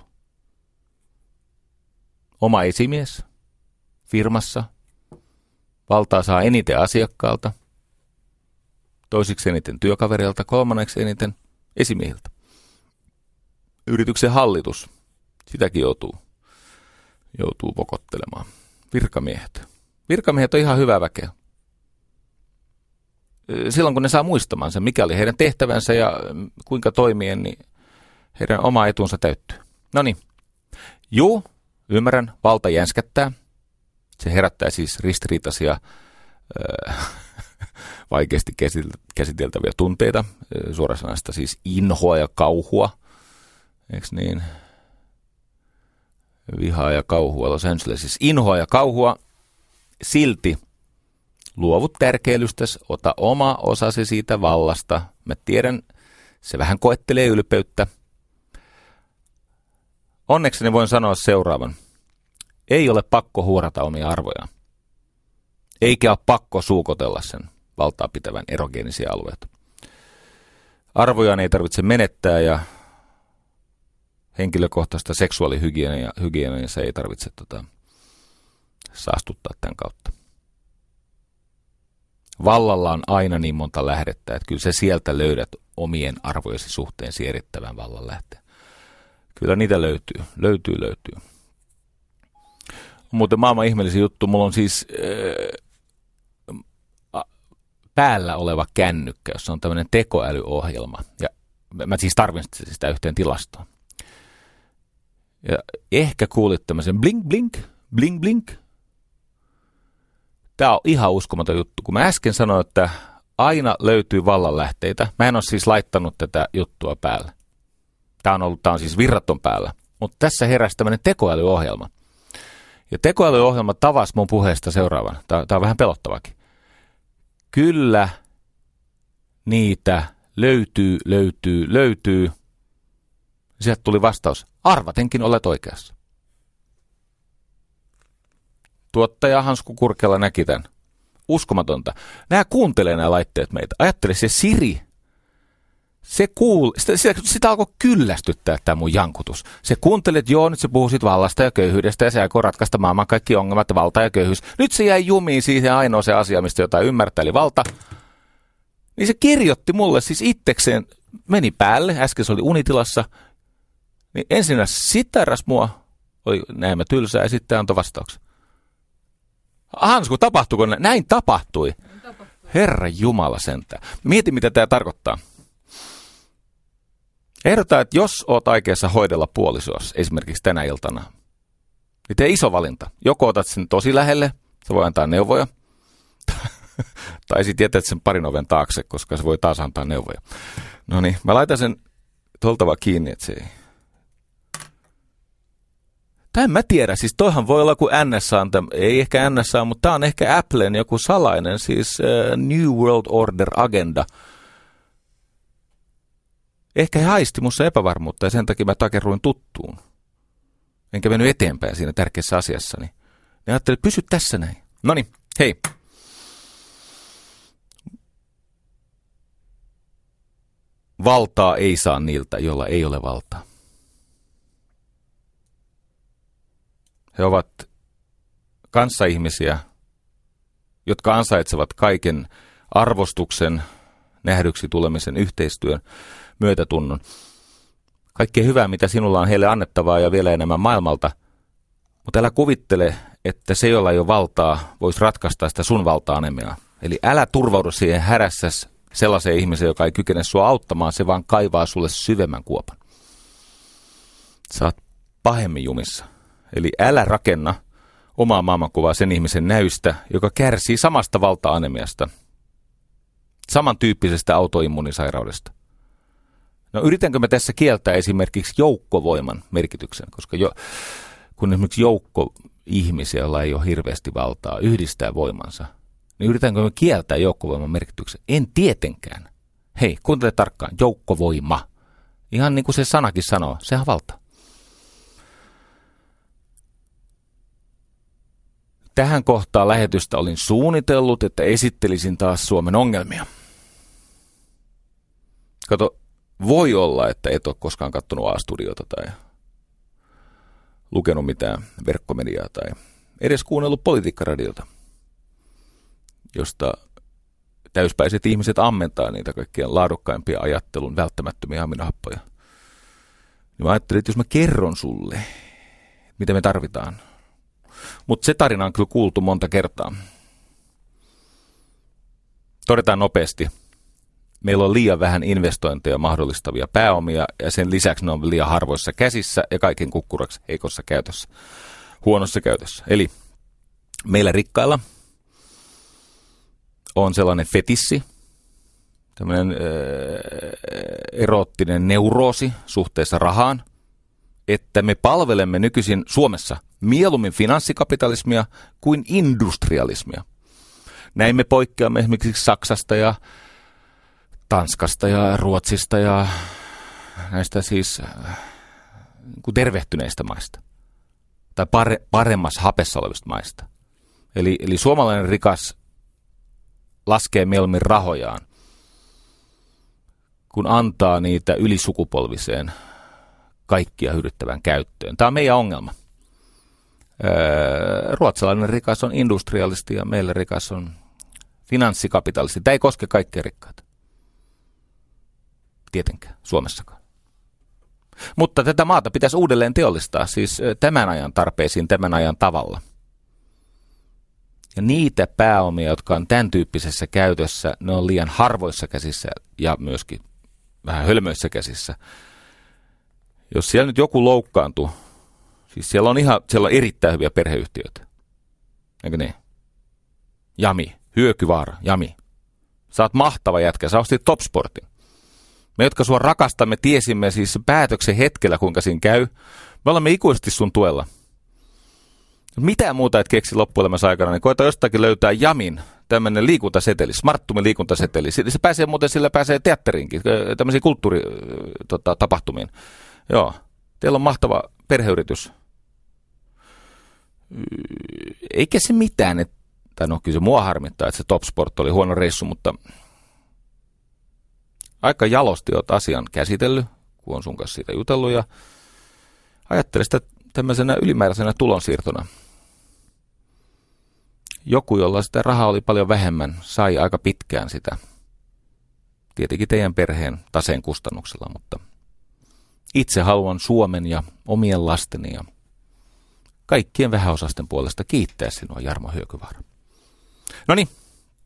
B: Oma esimies firmassa valtaa saa eniten asiakkaalta, toisiksi eniten työkavereilta, kolmanneksi eniten esimiehiltä. Yrityksen hallitus, sitäkin joutuu, joutuu pokottelemaan. Virkamiehet. Virkamiehet on ihan hyvä väkeä. Silloin kun ne saa muistamaan sen, mikä oli heidän tehtävänsä ja kuinka toimien, niin heidän oma etunsa täyttyy. No niin. Juu, ymmärrän, valta jänskättää. Se herättää siis ristiriitaisia, äh, vaikeasti käsiteltäviä tunteita, suorasanaista siis inhoa ja kauhua. Eikö niin? Vihaa ja kauhua Los Angelesissa. Inhoa ja kauhua, silti luovut tärkeilystäsi, ota oma osasi siitä vallasta. Mä tiedän, se vähän koettelee ylpeyttä. Onnekseni voin sanoa seuraavan. Ei ole pakko huorata omia arvojaan. Eikä ole pakko suukotella sen valtaa pitävän erogeenisia alueita. Arvojaan ei tarvitse menettää ja henkilökohtaista seksuaalihygieniaa se ei tarvitse tota, saastuttaa tämän kautta. Vallalla on aina niin monta lähdettä, että kyllä se sieltä löydät omien arvojesi suhteen siirrettävän vallan lähteen. Kyllä niitä löytyy, löytyy, löytyy. Muuten maailman ihmeellisin juttu, mulla on siis äh, päällä oleva kännykkä, jossa on tämmöinen tekoälyohjelma. Ja mä siis tarvitsen sitä yhteen tilastoon. Ja ehkä kuulit tämmöisen blink, blink, blink, blink. Tämä on ihan uskomaton juttu. Kun mä äsken sanoin, että aina löytyy vallanlähteitä. Mä en ole siis laittanut tätä juttua päälle. Tämä on, ollut, tämä on siis virraton päällä. Mutta tässä heräsi tämmöinen tekoälyohjelma. Ja tekoälyohjelma tavasi mun puheesta seuraavan. Tämä, tämä on vähän pelottavakin. Kyllä niitä löytyy, löytyy, löytyy. Sieltä tuli vastaus. Arvatenkin olet oikeassa. Tuottaja Hansku Kurkela näki tämän. Uskomatonta. Nämä kuuntelee nämä laitteet meitä. Ajattele se Siri. Se kuul... sitä, sitä, sitä alkoi kyllästyttää tämä mun jankutus. Se kuuntelee, että joo, nyt se puhuu sit vallasta ja köyhyydestä ja se aikoo ratkaista maailman kaikki ongelmat, valta ja köyhyys. Nyt se jäi jumiin siihen ainoa se asia, mistä jotain ymmärtää, eli valta. Niin se kirjoitti mulle siis itsekseen, meni päälle, äsken se oli unitilassa, niin ensinnä sitteräs mua, oli näemmä tylsää ja sitten antoi vastauksen. Hansku, tapahtuiko näin? Näin tapahtui. Näin tapahtui. Herra Jumala sentään. Mieti, mitä tämä tarkoittaa. Ehdotaan, että jos olet aikeessa hoidella puolisoas, esimerkiksi tänä iltana, niin tee iso valinta. Joko otat sen tosi lähelle, se voi antaa neuvoja, tai sitten jätät sen parin oven taakse, koska se voi taas antaa neuvoja. No niin, mä laitan sen tuolta vaan kiinni, että se ei... Tai en mä tiedä, siis toihan voi olla kuin N S A, ei ehkä N S A, mutta tämä on ehkä Applen joku salainen, siis uh, New World Order Agenda. Ehkä he haisti musta epävarmuutta ja sen takia mä takerruin tuttuun. Enkä mennyt eteenpäin siinä tärkeässä asiassa. Niin ajattelin, että pysy tässä näin. Noniin, hei. Valtaa ei saa niiltä, jolla ei ole valtaa. He ovat kanssaihmisiä, jotka ansaitsevat kaiken arvostuksen, nähdyksi tulemisen, yhteistyön, myötätunnon. Kaikkea hyvää, mitä sinulla on heille annettavaa ja vielä enemmän maailmalta. Mutta älä kuvittele, että se, jolla ei ole valtaa, voisi ratkaista sitä sun valta-anemia. Eli älä turvaudu siihen härässäsi sellaiseen ihmiseen, joka ei kykene sua auttamaan, se vaan kaivaa sulle syvemmän kuopan. Sä oot pahemmin jumissa. Eli älä rakenna omaa maailmankuvaa sen ihmisen näystä, joka kärsii samasta valta-anemiasta, samantyyppisestä autoimmunisairaudesta. No yritänkö mä tässä kieltää esimerkiksi joukkovoiman merkityksen, koska jo, kun esimerkiksi joukko ihmisiä, joilla ei ole hirveästi valtaa, yhdistää voimansa, niin yritänkö mä kieltää joukkovoiman merkityksen? En tietenkään. Hei, kuuntele tarkkaan, joukkovoima. Ihan niin kuin se sanakin sanoo, sehän valtaa. Tähän kohtaan lähetystä olin suunnitellut, että esittelisin taas Suomen ongelmia. Kato, voi olla, että et ole koskaan katsonut A-studiota tai lukenut mitään verkkomediaa tai edes kuunnellut politiikkaradiota, josta täyspäiset ihmiset ammentaa niitä kaikkien laadukkaimpia ajattelun välttämättömiä aminahappoja. Niin mä ajattelin, että jos mä kerron sulle, mitä me tarvitaan. Mutta se tarina on kyllä kuultu monta kertaa. Todetaan nopeasti. Meillä on liian vähän investointeja mahdollistavia pääomia ja sen lisäksi ne on liian harvoissa käsissä ja kaiken kukkuraksi heikossa käytössä, huonossa käytössä. Eli meillä rikkailla on sellainen fetissi, tämmöinen äh, eroottinen neuroosi suhteessa rahaan, että me palvelemme nykyisin Suomessa mieluummin finanssikapitalismia kuin industrialismia. Näin me poikkeamme esimerkiksi Saksasta ja Tanskasta ja Ruotsista ja näistä siis äh, tervehtyneistä maista tai pare, paremmassa hapessa olevista maista. Eli, eli suomalainen rikas laskee mieluummin rahojaan, kun antaa niitä ylisukupolviseen kaikkia hyödyttävään käyttöön. Tämä on meidän ongelma. Öö, ruotsalainen rikas on industrialisti ja meillä rikas on finanssikapitalisti. Tämä ei koske kaikkia rikkaita. Tietenkään, Suomessakaan. Mutta tätä maata pitäisi uudelleen teollistaa, siis tämän ajan tarpeisiin, tämän ajan tavalla. Ja niitä pääomia, jotka on tämän tyyppisessä käytössä, ne on liian harvoissa käsissä ja myöskin vähän hölmöissä käsissä. Jos siellä nyt joku loukkaantuu, siis siellä on ihan siellä on erittäin hyviä perheyhtiöitä. Eikö niin? Jami, Hyökyvaara, Jami. Sä oot mahtava jätkä, sä ostit Topsportin. Me, jotka sua rakastamme, tiesimme siis päätöksen hetkellä, kuinka siinä käy. Me olemme ikuisesti sun tuella. Mitään muuta et keksi loppuelämässä aikana, niin koeta jostakin löytää Jamin, tämmöinen liikuntaseteli, Smarttumin liikuntaseteli. Se pääsee muuten, sillä pääsee teatteriinkin, tämmöisiin kulttuuritapahtumiin. Tota, Joo, teillä on mahtava perheyritys. Eikä se mitään, että, tai no kyllä se mua harmittaa, että se Topsport oli huono reissu, mutta aika jalosti olet asian käsitellyt, kun on sun kanssa siitä jutellut, ja ajattele sitä tämmöisenä ylimääräisenä tulonsiirtona. Joku, jolla sitä rahaa oli paljon vähemmän, sai aika pitkään sitä. Tietenkin teidän perheen taseen kustannuksella, mutta itse haluan Suomen ja omien lasteni ja kaikkien vähäosaisten puolesta kiittää sinua, Jarmo Hyökyvaara. No niin.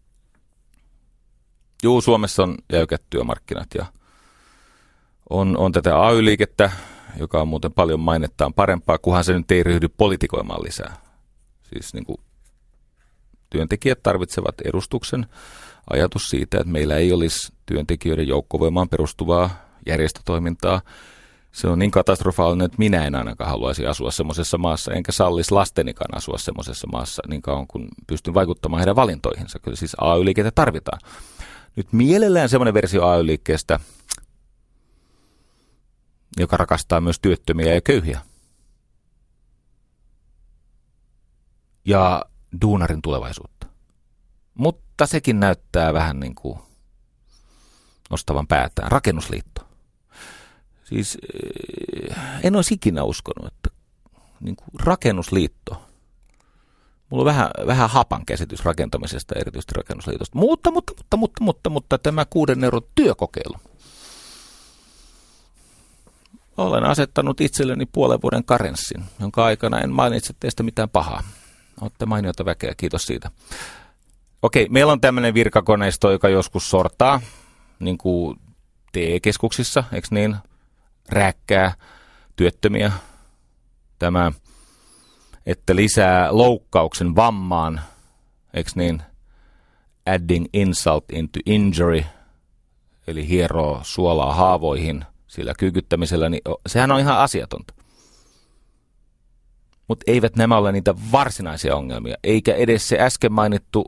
B: Juu, Suomessa on jäykät työmarkkinat ja on, on tätä A Y-liikettä, joka on muuten paljon mainettaan parempaa, kunhan se nyt ei ryhdy politikoimaan lisää. Siis niin kuin työntekijät tarvitsevat edustuksen. Ajatus siitä, että meillä ei olisi työntekijöiden joukkovoimaan perustuvaa järjestötoimintaa, se on niin katastrofaalinen, että minä en ainakaan haluaisi asua semmoisessa maassa, enkä sallisi lastenikaan asua semmoisessa maassa niin kauan, kun pystyn vaikuttamaan heidän valintoihinsa. Kyllä siis A Y-liikettä tarvitaan. Nyt mielellään semmoinen versio A Y-liikkeestä, joka rakastaa myös työttömiä ja köyhiä. Ja duunarin tulevaisuutta. Mutta sekin näyttää vähän niin kuin nostavan päätään. Rakennusliitto. Siis en olisi ikinä uskonut, että niin kuin rakennusliitto. Mulla on vähän, vähän hapan käsitys rakentamisesta, erityisesti rakennusliitosta. Mutta, mutta, mutta, mutta, mutta, mutta tämä kuuden euron työkokeilu. Olen asettanut itselleni puolen vuoden karenssin, jonka aikana en mainitse teistä mitään pahaa. Olette mainiota väkeä, kiitos siitä. Okei, meillä on tämmöinen virkakoneisto, joka joskus sortaa, niin kuin T E-keskuksissa, eikö niin? Rääkkää työttömiä. Tämä, että lisää loukkauksen vammaan, eikö niin? Adding insult into injury, eli hieroo suolaa haavoihin, sillä kyykyttämisellä, niin sehän on ihan asiatonta. Mutta eivät nämä ole niitä varsinaisia ongelmia, eikä edes se äsken mainittu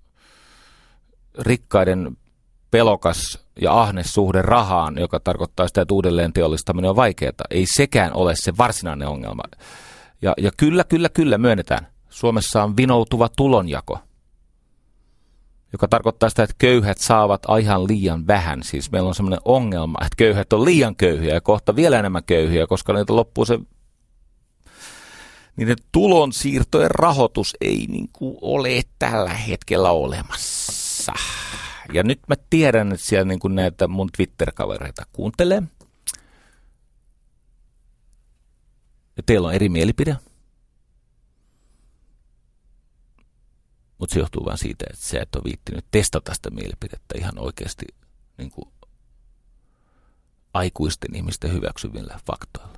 B: rikkaiden pelokas ja ahnes suhde rahaan, joka tarkoittaa sitä, että uudelleen teollistaminen on vaikeaa. Ei sekään ole se varsinainen ongelma. Ja, ja kyllä, kyllä, kyllä myönnetään. Suomessa on vinoutuva tulonjako, joka tarkoittaa sitä, että köyhät saavat ihan liian vähän. Siis meillä on sellainen ongelma, että köyhät on liian köyhiä ja kohta vielä enemmän köyhiä, koska niitä loppuu se, niiden tulonsiirtojen rahoitus ei niin kuin ole tällä hetkellä olemassa. Ja nyt mä tiedän, että siellä niin kuin näitä mun Twitter-kavereita kuuntelee. Ja teillä on eri mielipide. Mutta se johtuu vain siitä, että sä et ole viittinyt testata sitä mielipidettä ihan oikeasti niin kuin aikuisten ihmisten hyväksyvillä faktoilla.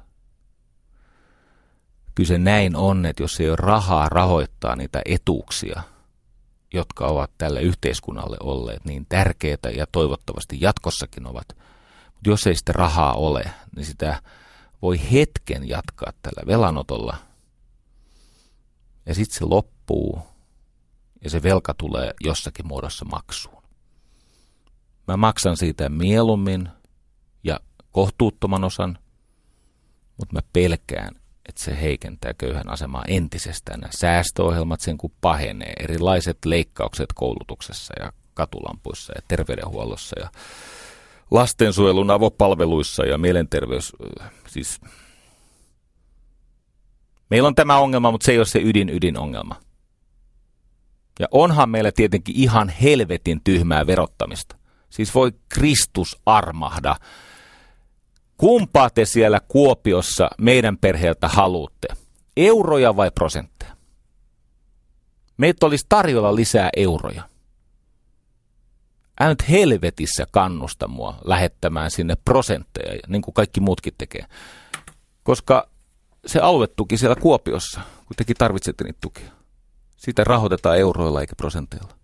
B: Kyllä se näin on, että jos ei ole rahaa rahoittaa niitä etuuksia, jotka ovat tälle yhteiskunnalle olleet niin tärkeitä ja toivottavasti jatkossakin ovat. Mutta jos ei sitä rahaa ole, niin sitä voi hetken jatkaa tällä velanotolla. Ja sitten se loppuu ja se velka tulee jossakin muodossa maksuun. Mä maksan siitä mieluummin ja kohtuuttoman osan, mutta mä pelkään, että se heikentää köyhän asemaa entisestään. Nämä säästöohjelmat sen kun pahenee, erilaiset leikkaukset koulutuksessa ja katulampuissa ja terveydenhuollossa ja lastensuojelun avopalveluissa ja mielenterveys. Siis meillä on tämä ongelma, mutta se ei ole se ydin ydinongelma. Ja onhan meillä tietenkin ihan helvetin tyhmää verottamista. Siis voi Kristus armahda. Kumpaa te siellä Kuopiossa meidän perheeltä haluatte? Euroja vai prosentteja? Meitä olisi tarjolla lisää euroja. Älä nyt helvetissä kannusta mua lähettämään sinne prosentteja, niin kuin kaikki muutkin tekee. Koska se aluetuki siellä Kuopiossa, kun tekin tarvitsette niitä tukia, sitä rahoitetaan euroilla eikä prosenteilla.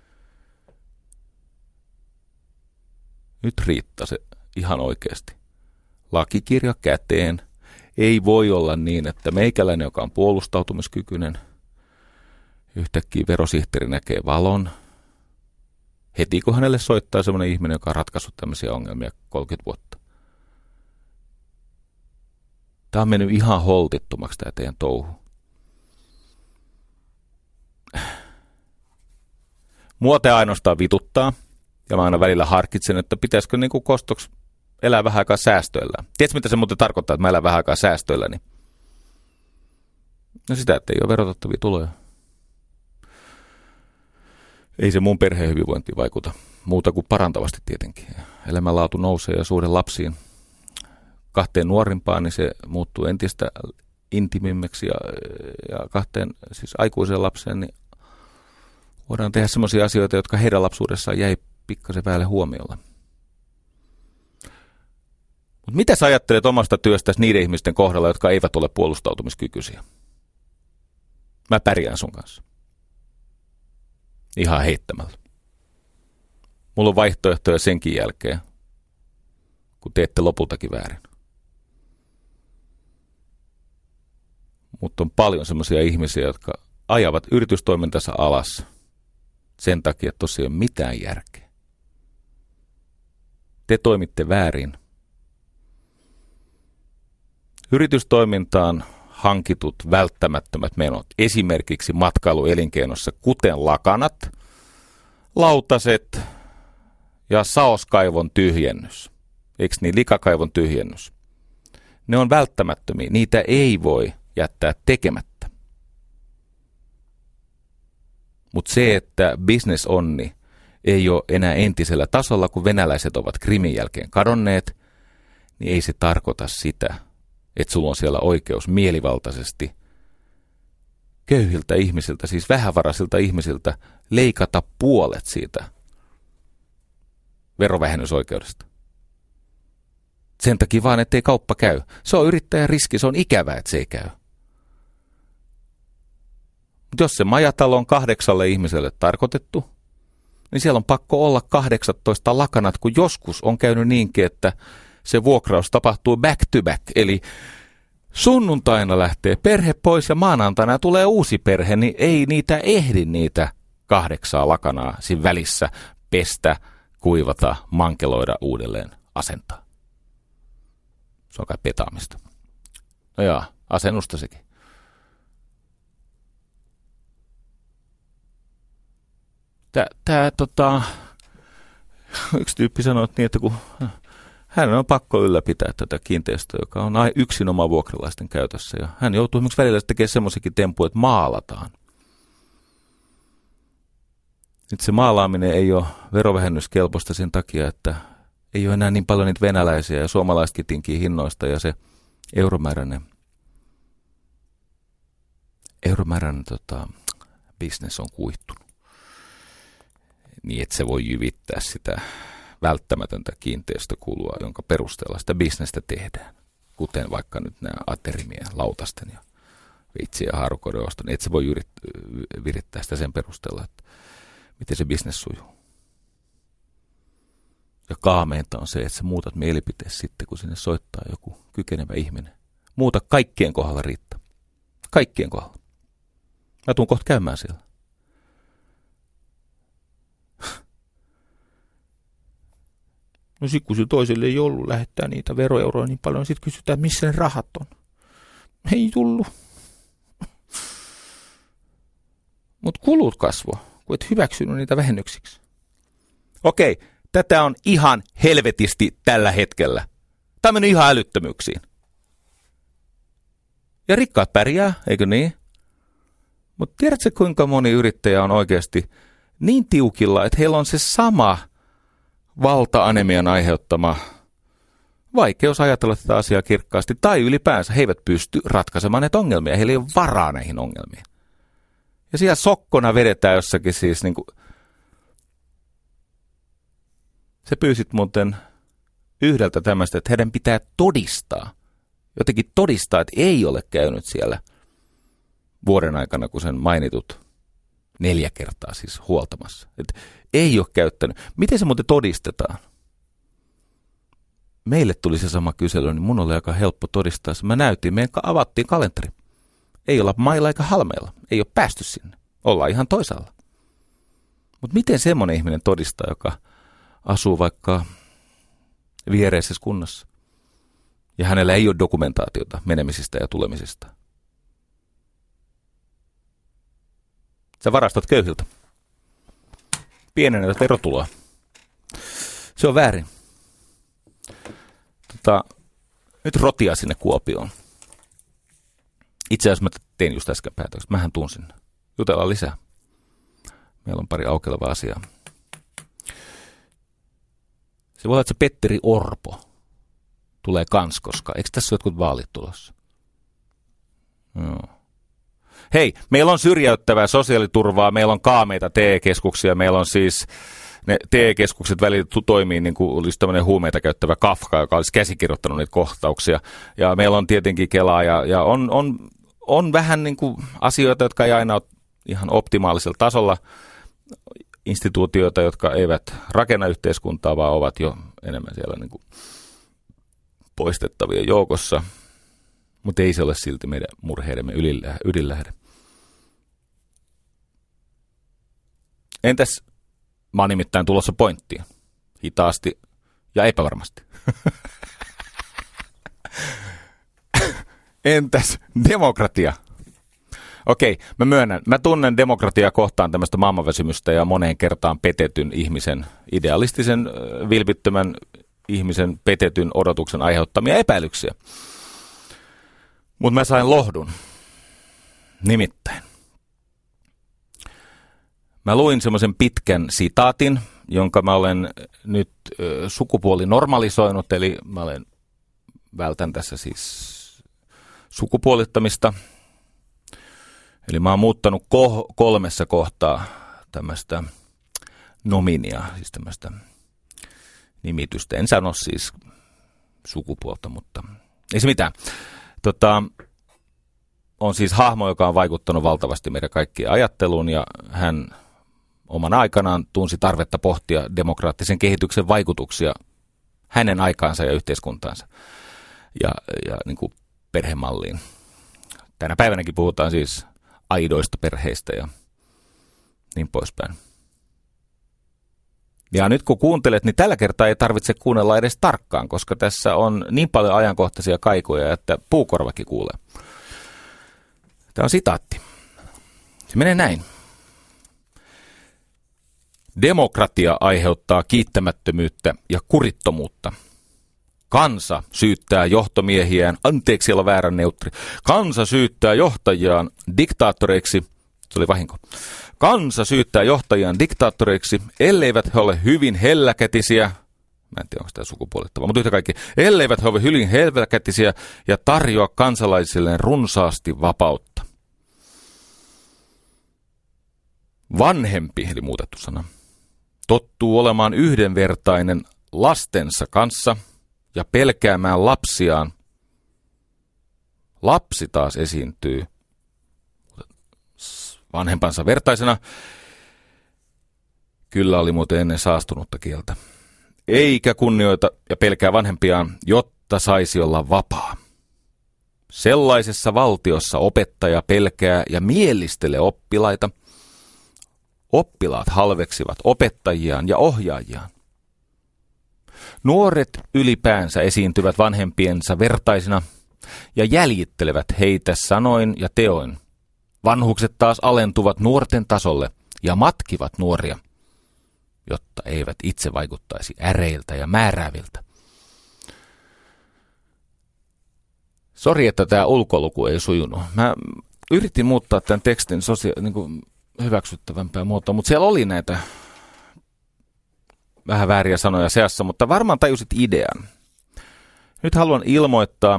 B: Nyt riittää se ihan oikeasti. Lakikirja käteen. Ei voi olla niin, että meikäläinen, joka on puolustautumiskykyinen, yhtäkkiä verosihteeri näkee valon. Heti kun hänelle soittaa sellainen ihminen, joka on ratkaissut tämmöisiä ongelmia kolmekymmentä vuotta. Tämä on mennyt ihan holtittomaksi tämä teidän touhu. Mua te ainoastaan vituttaa, ja mä aina välillä harkitsen, että pitäisikö niin kuin kostoksi elää vähän aikaa säästöillä. Tiedätkö, mitä se muuten tarkoittaa, että mä elän vähän aikaa säästöillä? Niin? No sitä, että ei ole verotettavia tuloja. Ei se mun perheen hyvinvointiin vaikuta. Muuta kuin parantavasti tietenkin. Elämänlaatu nousee ja suhde lapsiin kahteen nuorimpaan, niin se muuttuu entistä intimimmeksi. Ja, ja kahteen siis aikuiseen lapseen, niin voidaan tehdä sellaisia asioita, jotka heidän lapsuudessaan jäi pikkasen vähälle huomiolle. Mutta mitä sä ajattelet omasta työstäsi niiden ihmisten kohdalla, jotka eivät ole puolustautumiskykyisiä? Mä pärjään sun kanssa. Ihan heittämällä. Mulla on vaihtoehtoja senkin jälkeen, kun teette lopultakin väärin. Mutta on paljon semmoisia ihmisiä, jotka ajavat yritystoimintansa alas sen takia, että tosiaan ei ole mitään järkeä. Te toimitte väärin. Yritystoimintaan hankitut välttämättömät menot, esimerkiksi matkailuelinkeinossa, kuten lakanat, lautaset ja saoskaivon tyhjennys, eikö niin, likakaivon tyhjennys, ne on välttämättömiä, niitä ei voi jättää tekemättä. Mutta se, että bisnesonni ei ole enää entisellä tasolla, kun venäläiset ovat Krimin jälkeen kadonneet, niin ei se tarkoita sitä, että sulla on siellä oikeus mielivaltaisesti köyhiltä ihmisiltä, siis vähävaraisilta ihmisiltä, leikata puolet siitä verovähennysoikeudesta. Sen takia vaan, ettei kauppa käy. Se on yrittäjän riski, se on ikävää, että se ei käy. Mutta jos se majatalo on kahdeksalle ihmiselle tarkoitettu, niin siellä on pakko olla kahdeksantoista lakanat, kun joskus on käynyt niinkin, että se vuokraus tapahtuu back to back, eli sunnuntaina lähtee perhe pois ja maanantaina tulee uusi perhe, niin ei niitä ehdi niitä kahdeksaa lakanaa siinä välissä pestä, kuivata, mankeloida uudelleen, asentaa. Se on kai petaamista. No jaa, asennusta sekin. Tää, tää tota, yksi tyyppi sanoi niin, että kun hän on pakko ylläpitää tätä kiinteistöä, joka on yksin oma vuokralaisten käytössä. Ja hän joutuu esimerkiksi välillä tekemään semmoisiakin tempuja, että maalataan. Nyt se maalaaminen ei ole verovähennyskelpoista sen takia, että ei ole enää niin paljon niitä venäläisiä ja suomalaisetkin tinkii hinnoista ja se euromääräinen, euromääräinen tota, business on kuihtunut. Niin, että se voi jyvittää sitä välttämätöntä kiinteistökulua, jonka perusteella sitä bisnestä tehdään. Kuten vaikka nyt nämä aterimien, lautasten ja vitsien ja haarukoiden oston, niin että se voi virittää sitä sen perusteella, että miten se bisnes sujuu. Ja kaameinta on se, että sä muutat mielipiteesi sitten, kun sinne soittaa joku kykenevä ihminen. Muuta kaikkien kohdalla riittää. Kaikkien kohdalla. Mä tuun kohta käymään siellä. No sit kun se toiselle ei ollut lähettää niitä veroeuroja niin paljon, niin sitten kysytään, missä ne rahat on. Ei tullut. Mutta kulut kasvoi, kun et hyväksynyt niitä vähennyksiksi. Okei, tätä on ihan helvetisti tällä hetkellä. Tämä on mennyt ihan älyttömyyksiin. Ja rikkaat pärjää, eikö niin? Mutta tiedätkö, kuinka moni yrittäjä on oikeasti niin tiukilla, että heillä on se sama valta-anemian aiheuttama vaikeus ajatella tätä asiaa kirkkaasti, tai ylipäänsä he eivät pysty ratkaisemaan näitä ongelmia, heillä ei ole varaa näihin ongelmiin. Ja siellä sokkona vedetään jossakin siis, niin kuin, sä pyysit muuten yhdeltä tämmöistä, että heidän pitää todistaa, jotenkin todistaa, että ei ole käynyt siellä vuoden aikana, kun sen mainitut neljä kertaa siis huoltamassa. Että ei ole käyttänyt. Miten se muuten todistetaan? Meille tuli se sama kysely, niin mun oli aika helppo todistaa. Mä näytin, meidän avattiin kalenteri. Ei olla mailla eikä halmeilla. Ei ole päästy sinne. Ollaan ihan toisaalla. Mutta miten semmoinen ihminen todistaa, joka asuu vaikka viereisessä kunnassa? Ja hänellä ei ole dokumentaatiota menemisistä ja tulemisista. Sä varastat köyhiltä. Pienennät verotuloa. Se on väärin. Tota, nyt rotia sinne Kuopioon. Itse asiassa mä tein just äsken päätöksen. Mähän tuun sinne. Jutellaan lisää. Meillä on pari aukelevaa asiaa. Se voi olla, että se Petteri Orpo tulee kans, koska eikö tässä ole jotkut vaalit tulossa? Joo. Hei, meillä on syrjäyttävää sosiaaliturvaa, meillä on kaameita T E-keskuksia, meillä on siis ne T E-keskukset välillä toimii niin kuin olisi tämmöinen huumeita käyttävä Kafka, joka olisi käsikirjoittanut niitä kohtauksia. Ja meillä on tietenkin Kelaa ja, ja on, on, on vähän niin kuin asioita, jotka ei aina ole ihan optimaalisella tasolla. Instituutioita, jotka eivät rakenna yhteiskuntaa, vaan ovat jo enemmän siellä niin kuin poistettavien joukossa. Mutta ei se ole silti meidän murheidemme ydinlähde. Entäs, mä oon nimittäin tulossa pointtiin. Hitaasti ja epävarmasti. Entäs demokratia? Okei, mä myönnän. Mä tunnen demokratiaa kohtaan tämmöistä maailmanväsymystä ja moneen kertaan petetyn ihmisen, idealistisen, vilpittömän ihmisen petetyn odotuksen aiheuttamia epäilyksiä. Mutta mä sain lohdun. Nimittäin. Mä luin semmoisen pitkän sitaatin, jonka mä olen nyt ö, sukupuoli normalisoinut, eli mä olen vältän tässä siis sukupuolittamista. Eli mä oon muuttanut ko- kolmessa kohtaa tämmöistä nominia, siis tämmöistä nimitystä. En sano siis sukupuolta, mutta ei se mitään. Tota, on siis hahmo, joka on vaikuttanut valtavasti meidän kaikkien ajatteluun, ja hän oman aikanaan tunsi tarvetta pohtia demokraattisen kehityksen vaikutuksia hänen aikaansa ja yhteiskuntaansa ja, ja niin kuin perhemalliin. Tänä päivänäkin puhutaan siis aidoista perheistä ja niin poispäin. Ja nyt kun kuuntelet, niin tällä kertaa ei tarvitse kuunnella edes tarkkaan, koska tässä on niin paljon ajankohtaisia kaikuja, että puukorvakin kuulee. Tämä on sitaatti. Se menee näin. Demokratia aiheuttaa kiittämättömyyttä ja kurittomuutta. Kansa syyttää johtomiehiään, anteeksi olla väärän neutri, kansa syyttää johtajiaan diktaattoreiksi, se oli vahinko, kansa syyttää johtajiaan diktaattoreiksi, elleivät he ole hyvin helläkätisiä, mä en tiedä onko tämä sukupuolittava, mutta yhtä kaikki, elleivät he ole hyvin helläkätisiä ja tarjoa kansalaisilleen runsaasti vapautta. Vanhempi, eli muutettu sana, tottuu olemaan yhdenvertainen lastensa kanssa ja pelkäämään lapsiaan. Lapsi taas esiintyy vanhempansa vertaisena. Kyllä oli muuten ennen saastunutta kieltä. Eikä kunnioita ja pelkää vanhempiaan, jotta saisi olla vapaa. Sellaisessa valtiossa opettaja pelkää ja mielistelee oppilaita. Oppilaat halveksivat opettajiaan ja ohjaajiaan. Nuoret ylipäänsä esiintyvät vanhempiensa vertaisina ja jäljittelevät heitä sanoin ja teoin. Vanhukset taas alentuvat nuorten tasolle ja matkivat nuoria, jotta eivät itse vaikuttaisi äreiltä ja määrääviltä. Sori, että tämä ulkoluku ei sujunut. Mä yritin muuttaa tämän tekstin sosia- niin kuin hyväksyttävämpää muotoa, mutta siellä oli näitä vähän vääriä sanoja seassa, mutta varmaan tajusit idean. Nyt haluan ilmoittaa,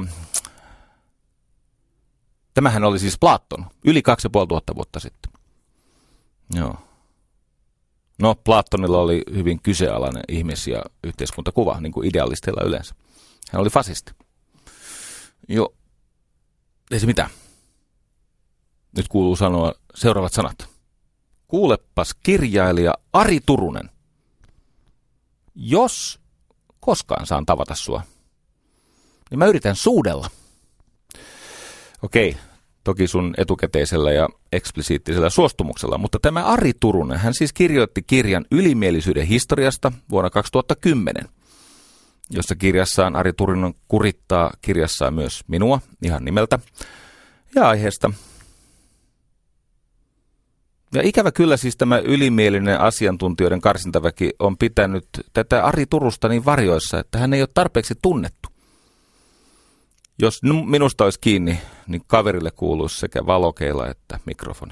B: tämähän oli siis Platon, yli kaksi ja puoli tuhatta vuotta sitten. Joo. No, Platonilla oli hyvin kyseenalainen ihmis- ja yhteiskuntakuva, niin kuin idealisteilla yleensä. Hän oli fasisti. Joo, ei se mitään. Nyt kuuluu sanoa seuraavat sanat. Kuulepas kirjailija Ari Turunen. Jos koskaan saan tavata sua, niin mä yritän suudella. Okei, toki sun etukäteisellä ja eksplisiittisellä suostumuksella, mutta tämä Ari Turunen, hän siis kirjoitti kirjan Ylimielisyyden historiasta vuonna kaksituhattakymmenen, jossa kirjassaan Ari Turunen kurittaa kirjassaan myös minua ihan nimeltä ja aiheesta. Ja ikävä kyllä siis tämä ylimielinen asiantuntijoiden karsintaväki on pitänyt tätä Ari Turusta niin varjoissa, että hän ei ole tarpeeksi tunnettu. Jos minusta olisi kiinni, niin kaverille kuuluisi sekä valokeila että mikrofoni.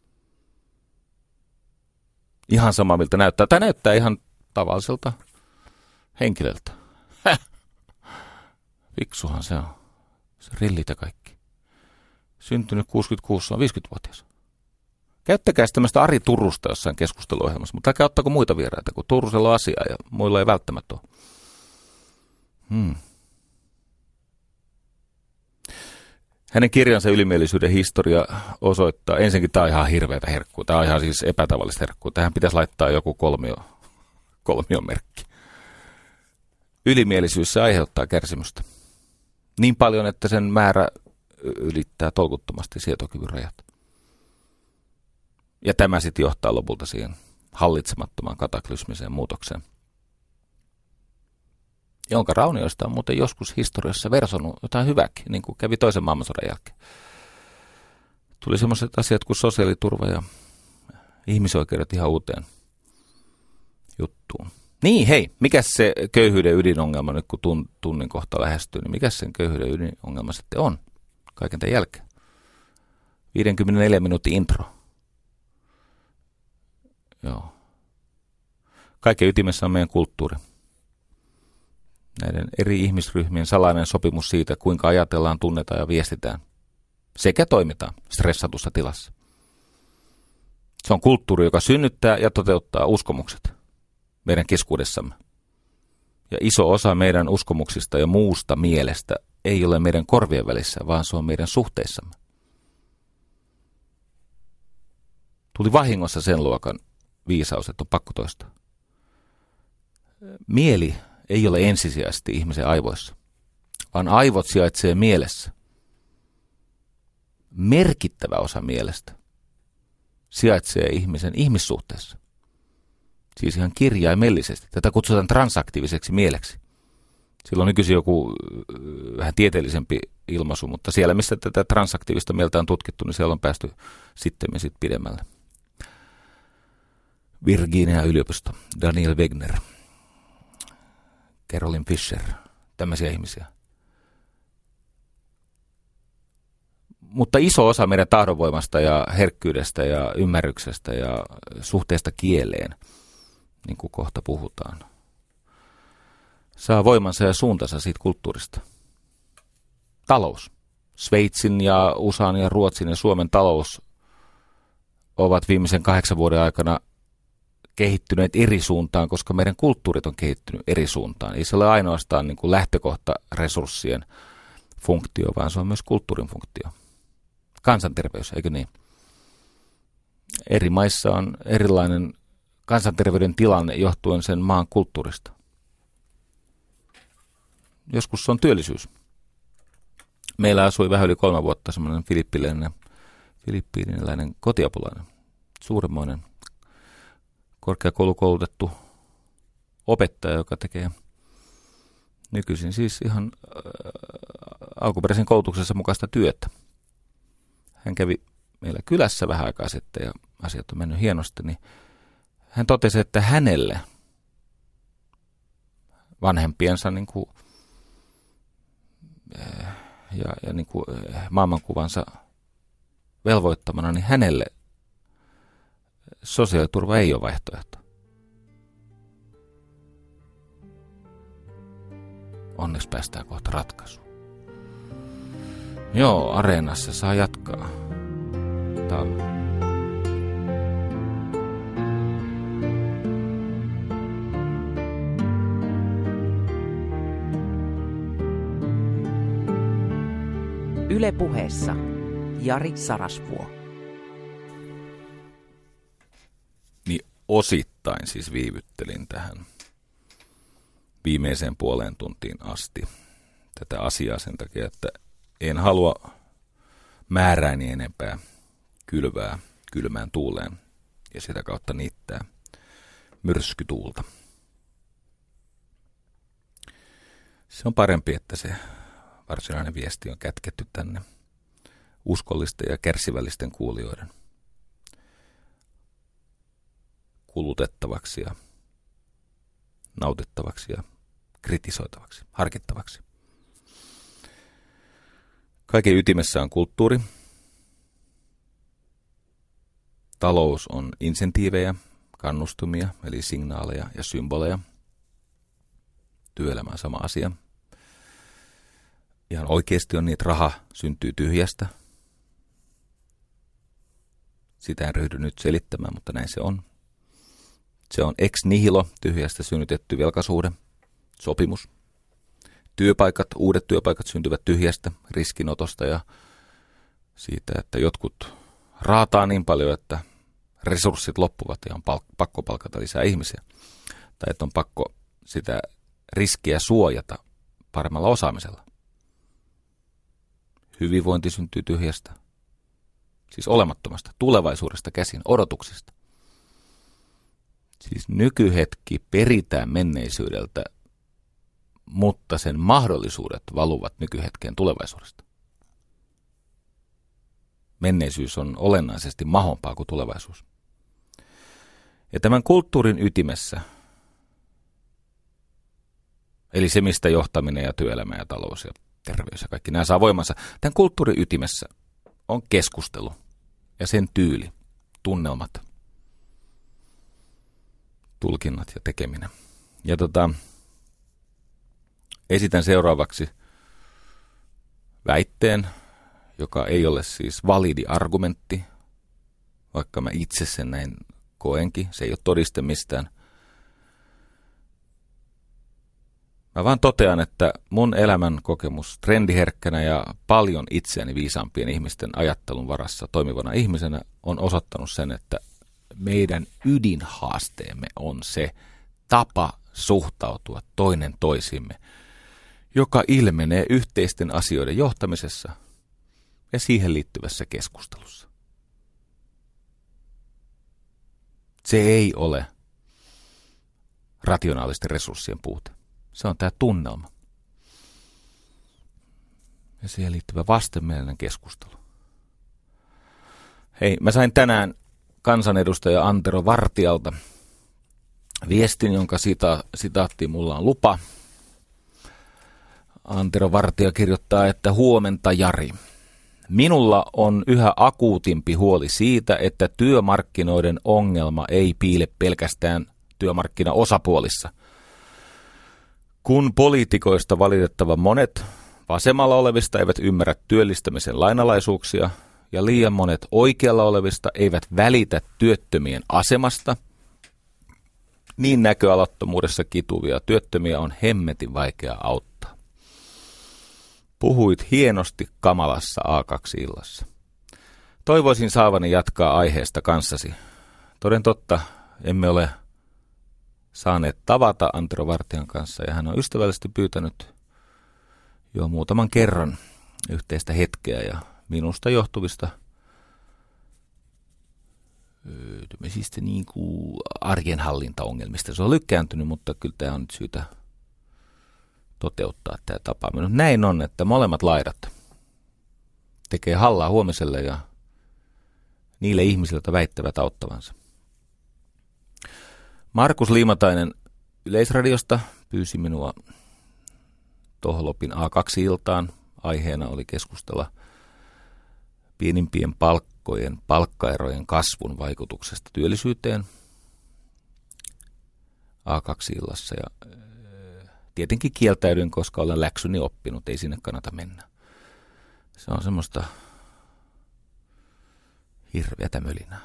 B: Ihan sama miltä näyttää. Tämä näyttää ihan tavalliselta henkilöltä. Häh. Fiksuhan se on. Se rillit ja kaikki. Syntynyt kuusikymmentäkuusi, se on viisikymmentävuotias. Käyttäkää tämmöistä Ari Turusta jossain keskusteluohjelmassa, mutta älkää ottaako muita vieraita, kun Turusella on asiaa ja muilla ei välttämättä ole. Hmm. Hänen kirjansa Ylimielisyyden historia osoittaa, ensinnäkin tämä on ihan hirveätä herkkua, tämä on ihan siis epätavallista herkkua. Tähän pitäisi laittaa joku kolmio, kolmiomerkki. Ylimielisyys se aiheuttaa kärsimystä. Niin paljon, että sen määrä ylittää tolkuttomasti sietokyvyn rajat. Ja tämä sitten johtaa lopulta siihen hallitsemattomaan kataklysmiseen muutokseen, jonka raunioista on muuten joskus historiassa versonut jotain hyvääkin, niin kuin kävi toisen maailmansodan jälkeen. Tuli sellaiset asiat kuin sosiaaliturva ja ihmisoikeudet ihan uuteen juttuun. Niin, hei, mikä se köyhyyden ydinongelma nyt, kun tunnin kohta lähestyy, niin mikä sen köyhyyden ydinongelma sitten on kaiken tämän jälkeen? viisikymmentäneljä minuutin intro. Joo. Kaiken ytimessä on meidän kulttuuri. Näiden eri ihmisryhmien salainen sopimus siitä, kuinka ajatellaan, tunnetaan ja viestitään. Sekä toimitaan stressatussa tilassa. Se on kulttuuri, joka synnyttää ja toteuttaa uskomukset meidän keskuudessamme. Ja iso osa meidän uskomuksista ja muusta mielestä ei ole meidän korvien välissä, vaan se on meidän suhteissamme. Tuli vahingossa sen luokan viisaus, että on pakko toistaa. Mieli ei ole ensisijaisesti ihmisen aivoissa, vaan aivot sijaitsee mielessä. Merkittävä osa mielestä sijaitsee ihmisen ihmissuhteessa. Siis ihan kirjaimellisesti. Tätä kutsutaan transaktiiviseksi mieleksi. Sillä on nykyisin joku vähän tieteellisempi ilmaisu, mutta siellä, missä tätä transaktiivista mieltä on tutkittu, niin siellä on päästy sitten sit pidemmälle. Virginia yliopisto, Daniel Wegner, Carolyn Fisher, tämmöisiä ihmisiä. Mutta iso osa meidän tahdonvoimasta ja herkkyydestä ja ymmärryksestä ja suhteesta kieleen, niin kuin kohta puhutaan, saa voimansa ja suuntansa siitä kulttuurista. Talous. Sveitsin ja U S A:n ja Ruotsin ja Suomen talous ovat viimeisen kahdeksan vuoden aikana kehittyneet eri suuntaan, koska meidän kulttuurit on kehittynyt eri suuntaan. Ei se ole ainoastaan niin kuin lähtökohta resurssien funktio, vaan se on myös kulttuurin funktio. Kansanterveys, eikö niin? Eri maissa on erilainen kansanterveyden tilanne johtuen sen maan kulttuurista. Joskus se on työllisyys. Meillä asui vähän yli kolme vuotta semmoinen filippiläinen, filippiiniläinen kotiapulainen, suuremmoinen korkeakoulukoulutettu opettaja, joka tekee nykyisin siis ihan äh, alkuperäisen koulutuksensa mukaista työtä. Hän kävi meillä kylässä vähän aikaa sitten ja asiat on mennyt hienosti, niin hän totesi, että hänelle vanhempiensa niin kuin, ja, ja niin kuin maailmankuvansa velvoittamana, niin hänelle sosiaaliturva ei ole vaihtoehto. Onneksi päästään kohta ratkaisuun. Joo, Areenassa saa jatkaa. Tää on
A: Yle Puheessa Jari Sarasvuo.
B: Niin osittain siis viivyttelin tähän viimeiseen puoleen tuntiin asti tätä asiaa sen takia, että en halua määrääni enempää kylvää kylmään tuuleen ja sitä kautta niittää myrskytuulta. Se on parempi, että se varsinainen viesti on kätketty tänne uskollisten ja kärsivällisten kuulijoiden kulutettavaksi ja nautittavaksi ja kritisoitavaksi, harkittavaksi. Kaiken ytimessä on kulttuuri. Talous on insentiivejä, kannustumia, eli signaaleja ja symboleja. Työelämä on sama asia. Ihan oikeasti on niin, että raha syntyy tyhjästä. Sitä en ryhdy nyt selittämään, mutta näin se on. Se on ex nihilo, tyhjästä synnytetty velkasuhde, sopimus. Työpaikat, uudet työpaikat syntyvät tyhjästä, riskinotosta ja siitä, että jotkut raataa niin paljon, että resurssit loppuvat ja on palk- pakko palkata lisää ihmisiä. Tai että on pakko sitä riskiä suojata paremmalla osaamisella. Hyvinvointi syntyy tyhjästä, siis olemattomasta, tulevaisuudesta käsin, odotuksista. Siis nykyhetki peritään menneisyydeltä, mutta sen mahdollisuudet valuvat nykyhetkeen tulevaisuudesta. Menneisyys on olennaisesti mahompaa kuin tulevaisuus. Ja tämän kulttuurin ytimessä, eli se mistä johtaminen ja työelämä ja talous ja terveys ja kaikki nämä saa voimansa, tämän kulttuurin ytimessä on keskustelu ja sen tyyli, tunnelmat, tulkinnat ja tekeminen. Ja tota, esitän seuraavaksi väitteen, joka ei ole siis validi argumentti, vaikka mä itse sen näin koenkin. Se ei ole todiste mistään. Mä vaan totean, että mun elämän kokemus trendiherkkänä ja paljon itseäni viisaampien ihmisten ajattelun varassa toimivana ihmisenä on osoittanut sen, että meidän ydinhaasteemme on se tapa suhtautua toinen toisimme, joka ilmenee yhteisten asioiden johtamisessa ja siihen liittyvässä keskustelussa. Se ei ole rationaalisten resurssien puute. Se on tämä tunnelma. Ja siihen liittyvä vastenmielinen keskustelu. Hei, mä sain tänään kansanedustaja Antero Vartialta viestin, jonka sita- sitaattiin mulla on lupa. Antero Vartija kirjoittaa, että huomenta Jari. Minulla on yhä akuutimpi huoli siitä, että työmarkkinoiden ongelma ei piile pelkästään työmarkkinaosapuolissa. Kun poliitikoista valitettavan monet vasemmalla olevista eivät ymmärrä työllistämisen lainalaisuuksia ja liian monet oikealla olevista eivät välitä työttömien asemasta, niin näköalattomuudessa kituvia työttömiä on hemmetin vaikea auttaa. Puhuit hienosti kamalassa A kaksi illassa. Toivoisin saavani jatkaa aiheesta kanssasi. Toden totta, emme ole saaneet tavata Antero Vartijan kanssa ja hän on ystävällisesti pyytänyt jo muutaman kerran yhteistä hetkeä ja minusta johtuvista tämmöisistä niin kuin arjenhallintaongelmista. Se on lykkääntynyt, mutta kyllä tämä on nyt syytä toteuttaa tämä tapaaminen. Näin on, että molemmat laidat tekee hallaa huomiselle ja niille ihmisille, jotka väittävät auttavansa. Markus Liimatainen Yleisradiosta pyysi minua Tohlopin A kaksi iltaan. Aiheena oli keskustella pienimpien palkkojen, palkkaerojen kasvun vaikutuksesta työllisyyteen A kaksi illassa. Ja tietenkin kieltäydyin, koska olen läksyni oppinut, ei sinne kannata mennä. Se on semmoista hirveätä mölinää.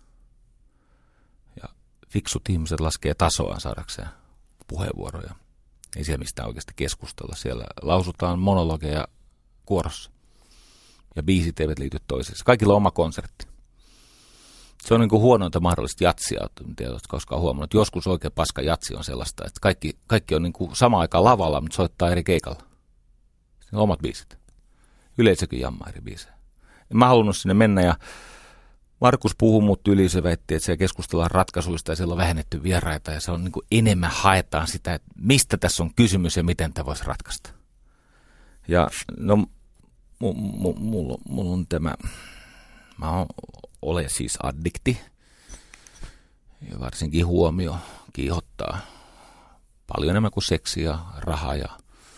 B: Ja fiksut ihmiset laskee tasoaan saadakseen puheenvuoroja. Ei siellä mistään oikeasti keskustella. Siellä lausutaan monologeja kuorossa. Ja biisit eivät liity toisiinsa. Kaikilla on oma konsertti. Se on niin kuin huonointa mahdollista jatsia. En tiedä, oletko koskaan huomannut. Joskus oikein paska jatsi on sellaista, että kaikki, kaikki on niin kuin samaan aikaan lavalla, mutta soittaa eri keikalla. Siinä on omat biisit. Yleisökin jammaa eri biisejä. En mä halunnut sinne mennä ja Markus puhui, mutta yli se väitti, että siellä keskustellaan ratkaisuista ja siellä on vähennetty vieraita ja se on niin kuin enemmän haetaan sitä, että mistä tässä on kysymys ja miten tämä voisi ratkaista. Ja no, mulla mu, mu, mu, on tämä, mä oon, olen siis addikti ja varsinkin huomio kiihottaa paljon enemmän kuin seksi ja raha ja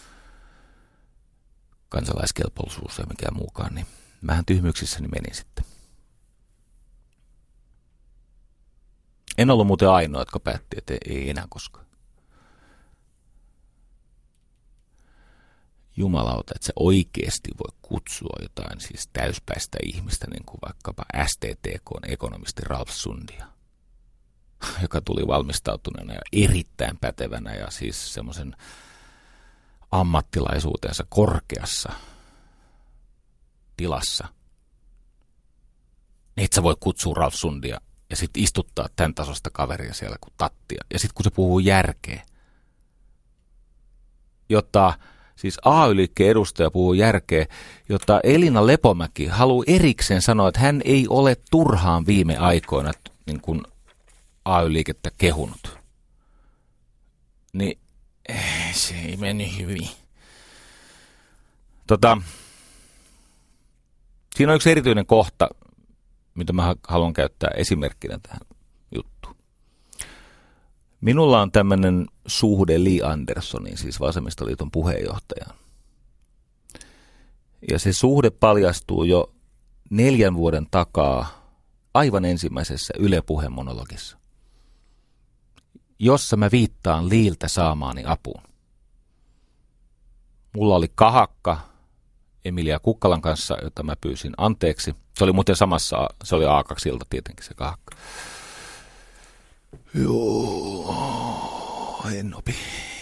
B: kansalaiskelpoisuus ja mikään muukaan, niin vähän tyhmyksissäni menin sitten. En ollut muuten ainoa, jotka päätti, että ei enää koskaan. Jumalauta, että se oikeasti voi kutsua jotain siis täyspäistä ihmistä, niin kuin vaikkapa S T T K:n ekonomisti Ralf Sundia, joka tuli valmistautuneena ja erittäin pätevänä ja siis semmoisen ammattilaisuutensa korkeassa tilassa. Et sä voi kutsua Ralf Sundia ja sitten istuttaa tämän tasosta kaveria siellä kuin tattia. Ja sitten kun se puhuu järkeä, jotta siis A Y-liikkeen edustaja puhuu järkeä, jotta Elina Lepomäki haluaa erikseen sanoa, että hän ei ole turhaan viime aikoina niin kuin A Y-liikettä kehunut. Niin se ei meni hyvin. Tota, siinä on yksi erityinen kohta, mitä mä haluan käyttää esimerkkinä tähän juttuun. Minulla on tämmöinen suhde Li Anderssonin, siis Vasemmistoliiton puheenjohtajaan. Ja se suhde paljastuu jo neljän vuoden takaa aivan ensimmäisessä Yle Puheen monologissa, jossa mä viittaan Liiltä saamaani apuun. Mulla oli kahakka Emilia Kukkalan kanssa, jota mä pyysin anteeksi. Se oli muuten samassa, se oli A kaksi ilta tietenkin se kahakka. Joo, en opi.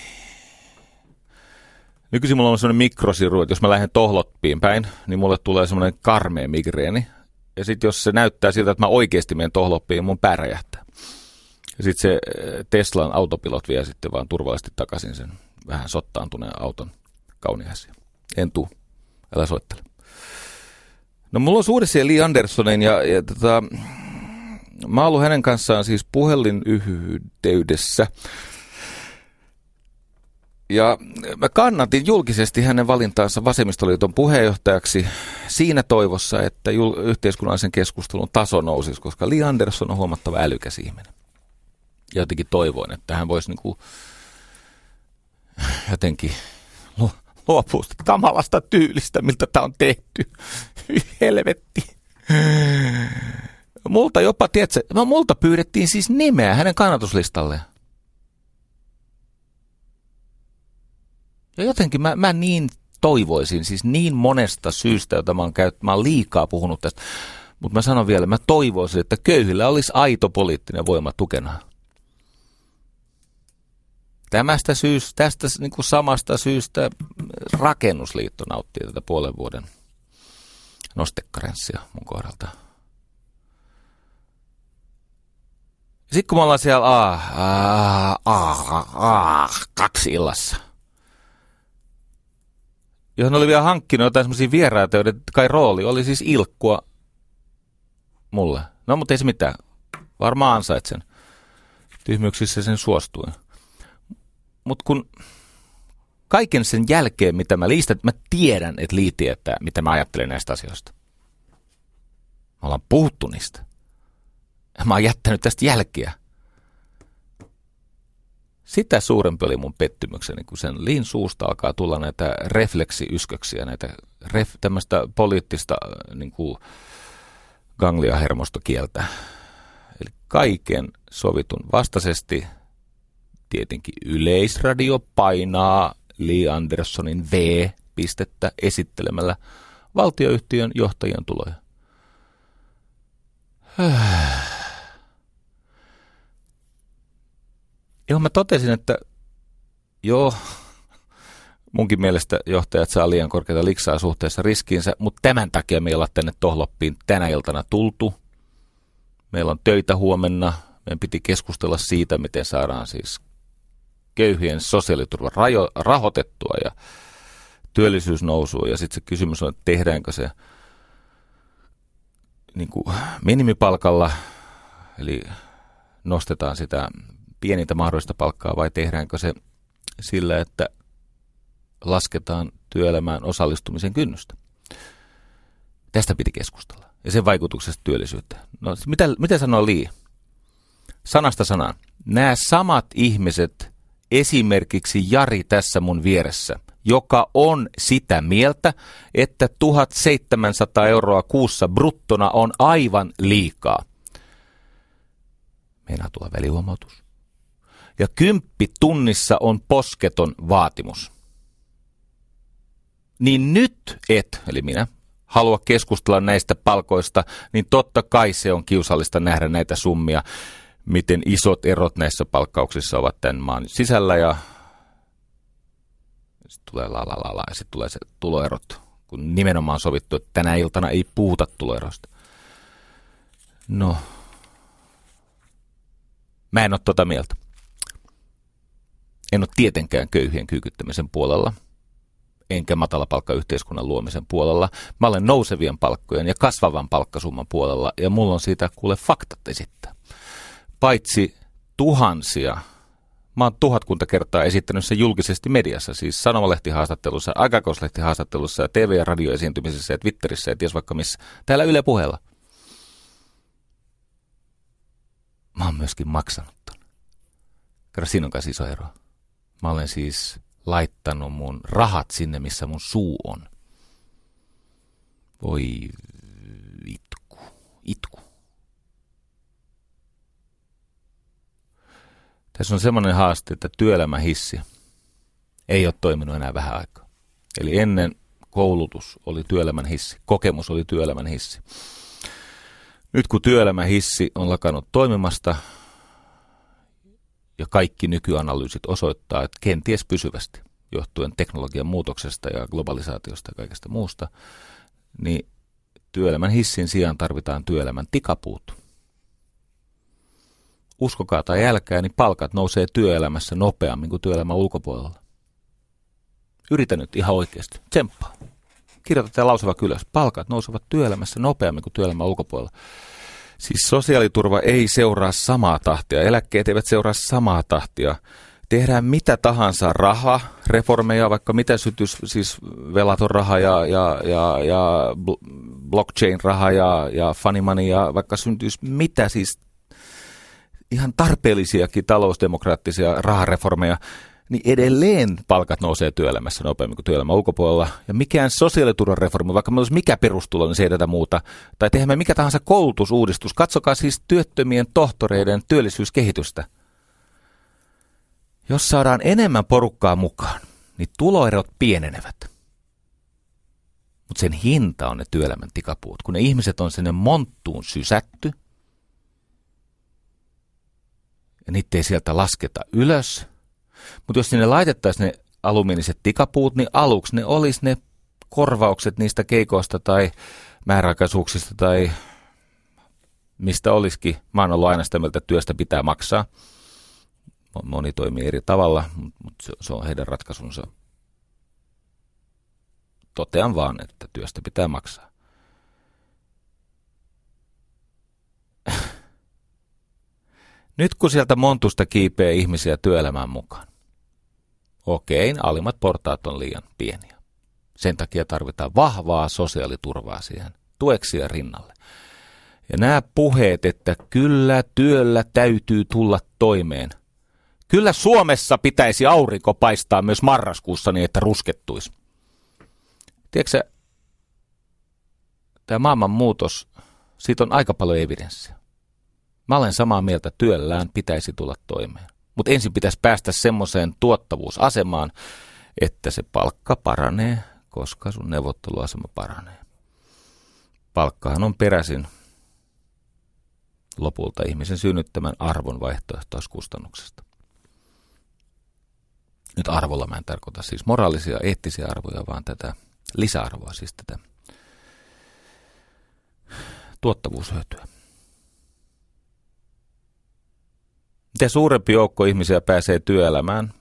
B: Nykyisin mulla on sellainen mikrosiru, että jos mä lähden Tohloppiin päin, niin mulle tulee semmoinen karmea migreeni. Ja sitten jos se näyttää siltä, että mä oikeasti menen Tohloppiin, mun pää räjähtää. Ja sitten se Teslan autopilot vie sitten vaan turvallisesti takaisin sen vähän sottaantuneen auton kauniaisi. En tuu, älä soittele. No mulla on suhde siihen Li Anderssonin ja, ja tota, mä oon ollut hänen kanssaan siis puhelinyhteydessä. Ja mä kannatin julkisesti hänen valintaansa vasemmistoliiton puheenjohtajaksi siinä toivossa, että jul- yhteiskunnallisen keskustelun taso nousisi, koska Li Andersson on huomattava älykäs ihminen. Ja jotenkin toivoin, että hän voisi niinku jotenkin luopua kamalasta tyylistä, miltä tämä on tehty. Helvetti. Multa jopa, tiedätkö, multa pyydettiin siis nimeä hänen kannatuslistalleen. Ja jotenkin mä, mä niin toivoisin, siis niin monesta syystä, jota mä oon, käyt, mä oon liikaa puhunut tästä, mutta mä sanon vielä, mä toivoisin, että köyhillä olisi aito poliittinen voima tukena. Tämästä syystä, tästä niin kuin samasta syystä Rakennusliitto nauttii tätä puolen vuoden nostekarenssia mun kohdalta. Sitten kun me ollaan siellä a, a, a, a, kaksi illassa, johon oli vielä hankkinut jotain semmoisia vieraita, joiden kai rooli oli siis ilkkua mulle. No, mutta ei se mitään. Varmaan ansaitsen. Tyhmyyksissä sen suostuin. Mutta kun kaiken sen jälkeen, mitä mä liistän, mä tiedän, että Li tietää, mitä mä ajattelen näistä asioista. Me ollaan puhuttu niistä. Mä oon jättänyt tästä jälkeä. Sitä suurempi oli mun pettymykseni, kun sen Lin suusta alkaa tulla näitä refleksiysköksiä, näitä ref, tämmöistä poliittista niin kuin gangliahermostokieltä. Eli kaiken sovitun vastaisesti tietenkin Yleisradio painaa Li Anderssonin V-pistettä esittelemällä valtioyhtiön johtajien tuloja. Joo, mä totesin, että joo, munkin mielestä johtajat saa liian korkeata liksaa suhteessa riskiinsä, mutta tämän takia me ei olla tänne Tohloppiin tänä iltana tultu. Meillä on töitä huomenna. Meidän piti keskustella siitä, miten saadaan siis köyhien sosiaaliturva rajo- rahoitettua ja työllisyys nousua. Ja sitten se kysymys on, että tehdäänkö se niin kuin minimipalkalla, eli nostetaan sitä pienintä mahdollista palkkaa, vai tehdäänkö se sillä, että lasketaan työelämään osallistumisen kynnystä. Tästä piti keskustella. Ja sen vaikutuksesta työllisyyttä. No, mitä, mitä sanoo Li? Sanasta sanaan. Nämä samat ihmiset, esimerkiksi Jari tässä mun vieressä, joka on sitä mieltä, että tuhatseitsemänsataa euroa kuussa bruttona on aivan liikaa. Meinaa tulla välihuomautus. Ja kymppi tunnissa on posketon vaatimus. Niin nyt et, eli minä, halua keskustella näistä palkoista, niin totta kai se on kiusallista nähdä näitä summia, miten isot erot näissä palkkauksissa ovat tämän maan sisällä, ja sitten tulee la la la la, ja sitten tulee se tuloerot, kun nimenomaan on sovittu, että tänä iltana ei puhuta tuloerosta. No, mä en ole tota mieltä. En ole tietenkään köyhien kyykyttämisen puolella, enkä matalapalkkayhteiskunnan luomisen puolella. Mä olen nousevien palkkojen ja kasvavan palkkasumman puolella, ja mulla on siitä kuule faktat esittää. Paitsi tuhansia, mä oon tuhatkunta kertaa esittänyt sen julkisesti mediassa, siis sanomalehtihaastattelussa, aikakauslehti-haastattelussa, T V- ja radioesiintymisessä ja Twitterissä ja ties vaikka missä. Täällä Yle Puheella. Mä oon myöskin maksanut ton. Kerro, siinä on kai iso ero. Mä olen siis laittanut mun rahat sinne, missä mun suu on. Voi itku, itku. Tässä on semmoinen haaste, että työelämähissi ei ole toiminut enää vähän aikaa. Eli ennen koulutus oli työelämän hissi, kokemus oli työelämän hissi. Nyt kun työelämän hissi on lakannut toimimasta ja kaikki nykyanalyysit osoittaa, että kenties pysyvästi, johtuen teknologian muutoksesta ja globalisaatiosta ja kaikesta muusta, niin työelämän hissin sijaan tarvitaan työelämän tikapuut. uskokaa tai älkää, niin palkat nousee työelämässä nopeammin kuin työelämän ulkopuolella. Yritä nyt ihan oikeasti. Tsemppaa. Kirjoita tämä lause vaikka ylös. Palkat nousevat työelämässä nopeammin kuin työelämän ulkopuolella. Siis sosiaaliturva ei seuraa samaa tahtia. Eläkkeet eivät seuraa samaa tahtia. Tehdään mitä tahansa raha, reformeja, vaikka mitä sytys, siis velaton raha ja, ja, ja, ja blockchain-raha ja, ja funny money ja vaikka syntyisi mitä siis ihan tarpeellisiakin talousdemokraattisia rahareformeja, niin edelleen palkat nousee työelämässä nopeammin kuin työelämän ulkopuolella. Ja mikään sosiaaliturvan reformi, vaikka meillä olisi mikä perustulo, niin se ei tätä muuta. Tai tehdään mikä tahansa koulutusuudistus. Katsokaa siis työttömien tohtoreiden työllisyyskehitystä. Jos saadaan enemmän porukkaa mukaan, niin tuloerot pienenevät. Mutta sen hinta on ne työelämän tikapuut. Kun ne ihmiset on sinne monttuun sysätty, ja niitä ei sieltä lasketa ylös. Mutta jos sinne laitettaisiin ne alumiiniset tikapuut, niin aluksi ne olisi ne korvaukset niistä keikoista tai määräaikaisuuksista tai mistä olisikin. Mä oon ollut aina sitä mieltä, että työstä pitää maksaa. Moni toimii eri tavalla, mutta se on heidän ratkaisunsa. Totean vaan, että työstä pitää maksaa. Nyt kun sieltä montusta kiipee ihmisiä työelämään mukaan. Okei, alimmat portaat on liian pieniä. Sen takia tarvitaan vahvaa sosiaaliturvaa siihen tueksi ja rinnalle. Ja nämä puheet, että kyllä työllä täytyy tulla toimeen. Kyllä Suomessa pitäisi aurinko paistaa myös marraskuussa niin, että ruskettuisi. Tiedätkö, tämä maailman muutos, siitä on aika paljon evidenssiä. Mä olen samaa mieltä, että työllään pitäisi tulla toimeen. Mutta ensin pitäisi päästä semmoiseen tuottavuusasemaan, että se palkka paranee, koska sun neuvotteluasema paranee. Palkkahan on peräisin lopulta ihmisen synnyttämän arvon vaihtoehtoiskustannuksesta. Nyt arvolla mä en tarkoita siis moraalisia, eettisiä arvoja, vaan tätä lisäarvoa, siis tätä tuottavuushyötyä. Mitä suurempi joukko ihmisiä pääsee työelämään,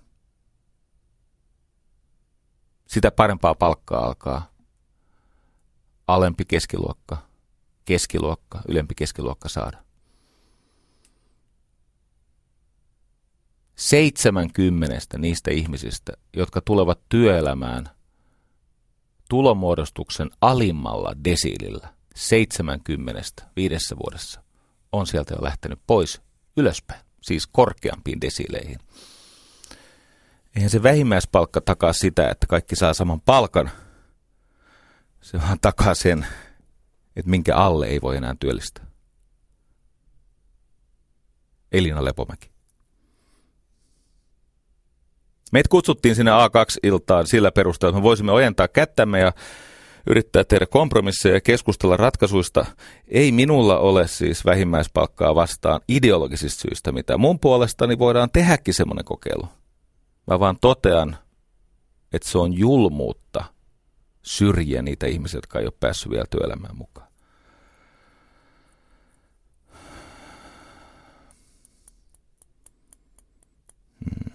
B: sitä parempaa palkkaa alkaa alempi keskiluokka, keskiluokka, ylempi keskiluokka saada. Seitsemänkymmenestä niistä ihmisistä, jotka tulevat työelämään tulomuodostuksen alimmalla desiilillä, seitsemänkymmenestä viidessä vuodessa, on sieltä jo lähtenyt pois ylöspäin, siis korkeampiin desiileihin. Eihän se vähimmäispalkka takaa sitä, että kaikki saa saman palkan. Se vaan takaa sen, että minkä alle ei voi enää työllistää. Elina Lepomäki. Meitä kutsuttiin sinne A kaksi-iltaan sillä perusteella, että me voisimme ojentaa kättämme ja yrittää tehdä kompromisseja ja keskustella ratkaisuista. Ei minulla ole siis vähimmäispalkkaa vastaan ideologisista syistä mitään. Mun puolestani voidaan tehdäkin semmoinen kokeilu. Mä vaan totean, että se on julmuutta syrjiä niitä ihmisiä, jotka ei ole päässyt vielä työelämään mukaan. Hmm.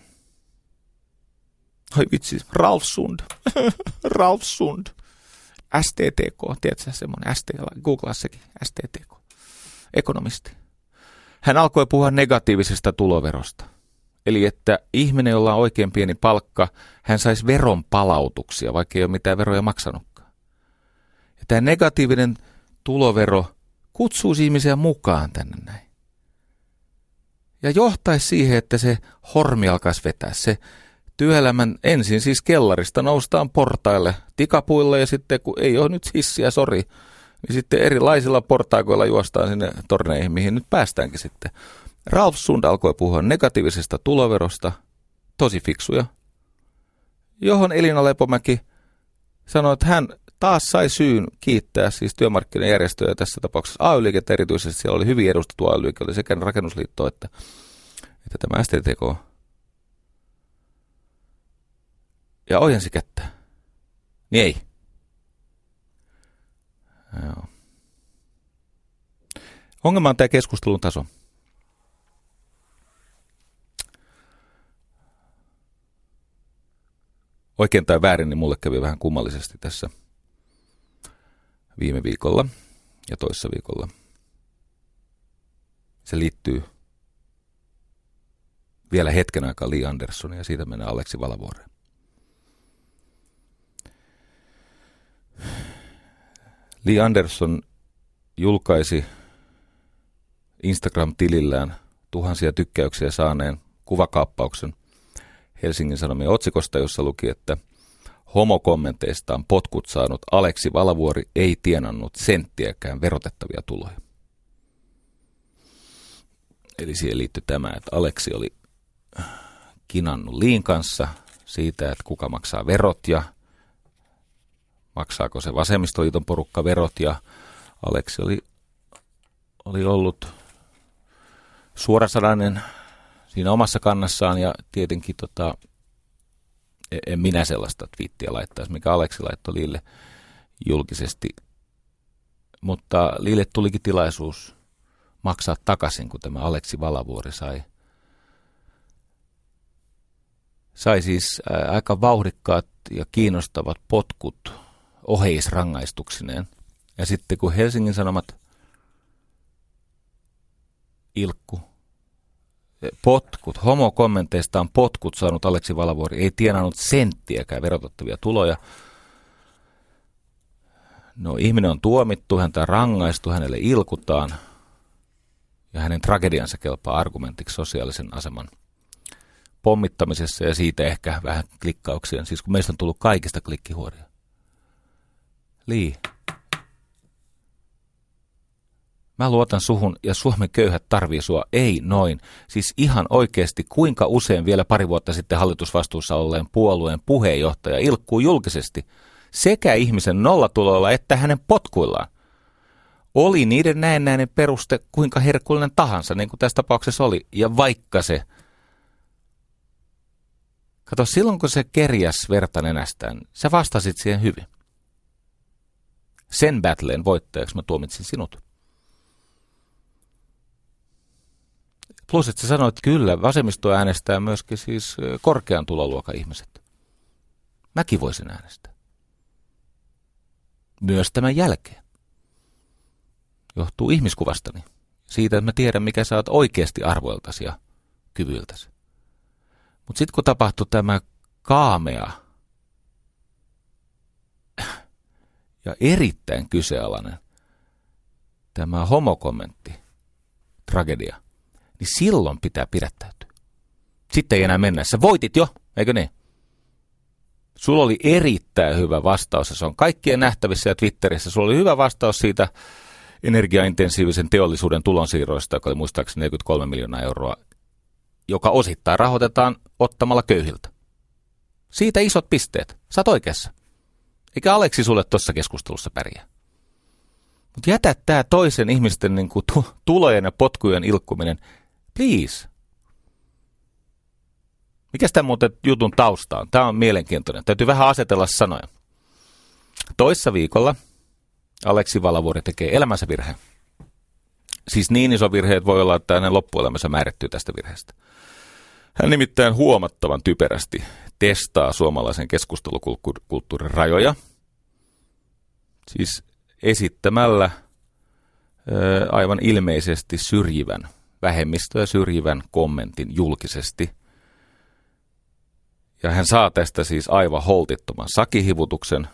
B: Ai vitsi, Ralf Sund. Ralf Sund. S T T K, tiedätkö semmoinen, S T T K, googlaa sekin, S T T K, ekonomisti. Hän alkoi puhua negatiivisesta tuloverosta. Eli että ihminen, jolla on oikein pieni palkka, hän saisi veron palautuksia, vaikka ei ole mitään veroja maksanutkaan. Ja tämä negatiivinen tulovero kutsuisi ihmisiä mukaan tänne näin. Ja johtaisi siihen, että se hormi alkaisi vetää. Se työelämän ensin siis kellarista noustaan portaille, tikapuille ja sitten kun ei ole nyt hissiä, sori, niin sitten erilaisilla portaikoilla juostaan sinne torneihin, mihin nyt päästäänkin sitten. Ralf Sund alkoi puhua negatiivisesta tuloverosta, tosi fiksuja, johon Elina Lepomäki sanoi, että hän taas sai syyn kiittää siis työmarkkinajärjestöjä tässä tapauksessa A Y-liikettä erityisesti. Siellä oli hyvin edustettu A Y-liike, oli sekä Rakennusliitto että, että tämä S T T K. Ja ojensi kättä. Niin ei. Joo. Ongelma on tämä keskustelun taso. oikein tai väärin, niin mulle kävi vähän kummallisesti tässä viime viikolla ja toissa viikolla. Se liittyy vielä hetken aikaa Li Anderssonin ja siitä mennään Aleksi Valavuoreen. Li Andersson julkaisi Instagram-tilillään tuhansia tykkäyksiä saaneen kuvakaappauksen Helsingin Sanomien otsikosta, jossa luki, että homokommenteistaan potkut saanut Aleksi Valavuori ei tienannut senttiäkään verotettavia tuloja. Eli siihen liittyi tämä, että Aleksi oli kinannut Liin kanssa siitä, että kuka maksaa verot ja maksaako se vasemmistoliiton porukka verot, ja Aleksi oli, oli ollut suorasanainen siinä omassa kannassaan, ja tietenkin tota, en minä sellaista twiittiä laittaisi, mikä Aleksi laittoi Liille julkisesti, mutta Liille tulikin tilaisuus maksaa takaisin, kun tämä Aleksi Valavuori sai, sai siis ää, aika vauhdikkaat ja kiinnostavat potkut oheisrangaistuksineen. Ja sitten kun Helsingin Sanomat ilkku, potkut, homokommenteistaan potkut saanut Aleksi Valavuori ei tienannut senttiäkään verotettavia tuloja. No ihminen on tuomittu, häntä on rangaistu, hänelle ilkutaan ja hänen tragediansa kelpaa argumentiksi sosiaalisen aseman pommittamisessa ja siitä ehkä vähän klikkauksia. Siis kun meistä on tullut kaikista klikkihuoria. Li, mä luotan suhun ja Suomen köyhät tarvii sua, ei noin. Siis ihan oikeasti, kuinka usein vielä pari vuotta sitten hallitusvastuussa olleen puolueen puheenjohtaja ilkkuu julkisesti sekä ihmisen nollatuloilla että hänen potkuillaan. Oli niiden näennäinen peruste kuinka herkullinen tahansa, niin kuin tässä tapauksessa oli. Ja vaikka se, kato, silloin kun se kerjäs verta nenästään, sä vastasit siihen hyvin. Sen battleen voittajaksi mä tuomitsin sinut. Plus, että sä sanoit, että kyllä, vasemmisto äänestää myöskin siis korkean tuloluokan ihmiset. Mäkin voisin äänestää. Myös tämän jälkeen. Johtuu ihmiskuvastani. Siitä, että mä tiedän, mikä sä oot oikeasti arvoiltasi ja kyvyiltäsi. Mutta sitten kun tapahtui tämä kaamea ja erittäin kyseenalainen tämä homokommentti, tragedia, niin silloin pitää pidättäytyä. Sitten ei enää mennä. Sä voitit jo, eikö niin? Sulla oli erittäin hyvä vastaus, ja se on kaikkien nähtävissä ja Twitterissä. Sulla oli hyvä vastaus siitä energiaintensiivisen teollisuuden tulonsiirroista, joka oli muistaakseni neljäkymmentäkolme miljoonaa euroa, joka osittain rahoitetaan ottamalla köyhiltä. Siitä isot pisteet. Sä oot oikeassa. Eikä Aleksi sulle tuossa keskustelussa pärjää. Mutta jätä tää toisen ihmisten niin kuin tu- tulojen ja potkujen ilkkuminen. Please. Mikäs tämän muuten jutun tausta on? Tämä on mielenkiintoinen. Täytyy vähän asetella sanoja. Toissa viikolla Aleksi Valavuori tekee elämänsä virheen. Siis niin iso virhe, että voi olla, että hänen loppuelämänsä määrittyy tästä virheestä. Hän nimittäin huomattavan typerästi testaa suomalaisen keskustelukulttuurin rajoja. Siis esittämällä ö, aivan ilmeisesti syrjivän, vähemmistöä syrjivän kommentin julkisesti. Ja hän saa tästä siis aivan holtittoman sakihivutuksen.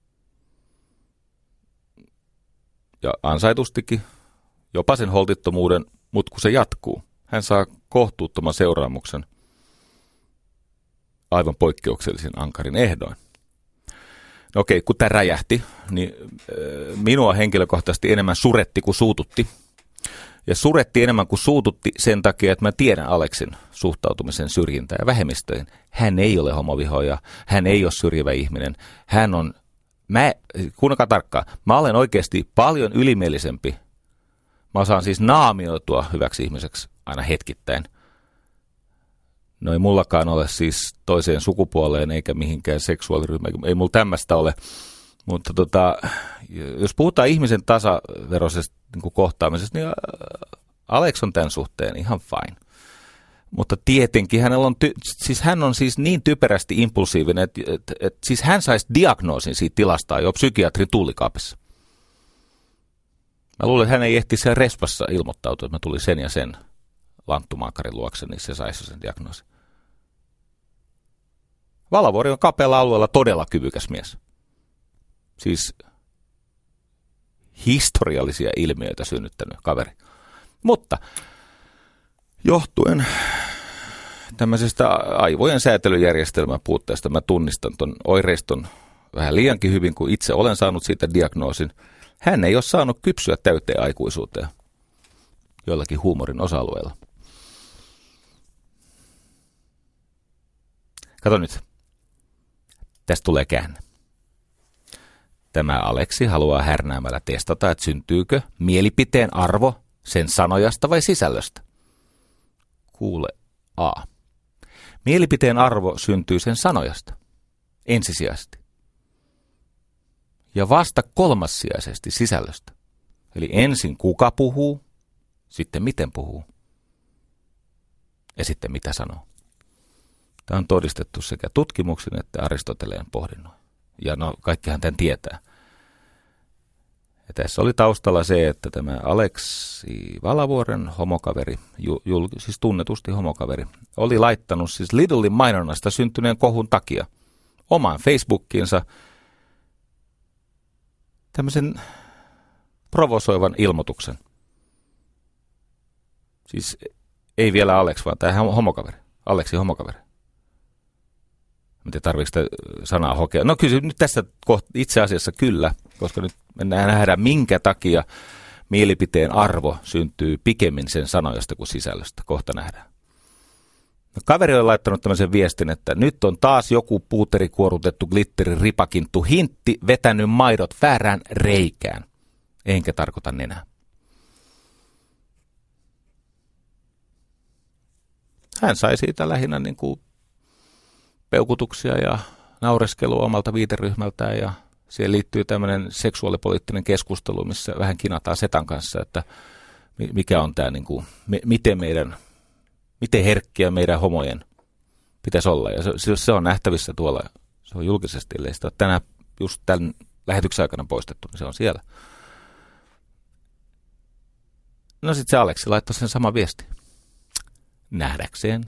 B: Ja ansaitustikin jopa sen holtittomuuden, mutta kun se jatkuu, hän saa kohtuuttoman seuraamuksen aivan poikkeuksellisen ankarin ehdoin. No okei, kun tämä räjähti, niin minua henkilökohtaisesti enemmän suretti kuin suututti. Ja suretti enemmän kuin suututti sen takia, että mä tiedän Aleksin suhtautumisen syrjintään ja vähemmistöihin. Hän ei ole homovihoja, hän ei ole syrjivä ihminen. Hän on, mä, kuunnelkaa tarkkaan, mä olen oikeasti paljon ylimielisempi. Mä osaan siis naamioitua hyväksi ihmiseksi aina hetkittäin. No ei mullakaan ole siis toiseen sukupuoleen eikä mihinkään seksuaaliryhmään, ei mulla tämmöistä ole. Mutta tota, jos puhutaan ihmisen tasaveroisesta niin kuin kohtaamisesta, niin Alex on tämän suhteen ihan fine. Mutta tietenkin hänellä on, ty- siis hän on siis niin typerästi impulsiivinen, että et, et, siis hän saisi diagnoosin siitä tilastaan jo psykiatrin tuulikaapissa. Mä luulen, että hän ei ehti siellä respassa ilmoittautua, että mä tulin sen ja sen lanttumaakarin luokse, niin se saisi sen diagnoosin. Valavuori on kapealla alueella todella kyvykäs mies. Siis historiallisia ilmiöitä synnyttänyt kaveri. Mutta johtuen tämmöisestä aivojen säätelyjärjestelmän puutteesta mä tunnistan ton oireiston vähän liiankin hyvin, kun itse olen saanut siitä diagnoosin. Hän ei ole saanut kypsyä täyteen aikuisuuteen joillakin huumorin osa-alueilla. Kato nyt. Tästä tulee käänne. Tämä Aleksi haluaa härnäämällä testata, että syntyykö mielipiteen arvo sen sanojasta vai sisällöstä. Kuule A. Mielipiteen arvo syntyy sen sanojasta, ensisijaisesti. Ja vasta kolmassijaisesti sisällöstä. Eli ensin kuka puhuu, sitten miten puhuu ja sitten mitä sanoo. Tämä on todistettu sekä tutkimuksin että Aristoteleen pohdinnoin. Ja no, kaikkihan tämän tietää. Ja tässä oli taustalla se, että tämä Aleksi Valavuoren homokaveri, jul, siis tunnetusti homokaveri, oli laittanut siis Lidlin mainonnasta syntyneen kohun takia omaan Facebookiinsa tämmöisen provosoivan ilmoituksen. Siis ei vielä Aleksi, vaan tämä homokaveri, Aleksi homokaveri. Miten tarvitsetko sanaa hokea? No kyllä nyt tässä itse asiassa kyllä, koska nyt mennään nähdä, minkä takia mielipiteen arvo syntyy pikemmin sen sanojasta kuin sisällöstä. Kohta nähdään. No, kaveri on laittanut tämmöisen viestin, että nyt on taas joku puuterikuorutettu glitterin ripakinttu hintti vetänyt maidot väärään reikään. Enkä tarkoita nenää. Hän sai siitä lähinnä niin kuin peukutuksia ja naureskelua omalta viiteryhmältään ja siihen liittyy tämmöinen seksuaalipoliittinen keskustelu, missä vähän kinataan setan kanssa, että mikä on tämä, niin kuin, miten meidän, miten herkkiä meidän homojen pitäisi olla. Ja se, se on nähtävissä tuolla, se on julkisesti, ellei sitä ole tänään just tämän lähetyksen aikana poistettu, niin se on siellä. No sitten se Aleksi laittoi sen sama viesti nähdäkseen,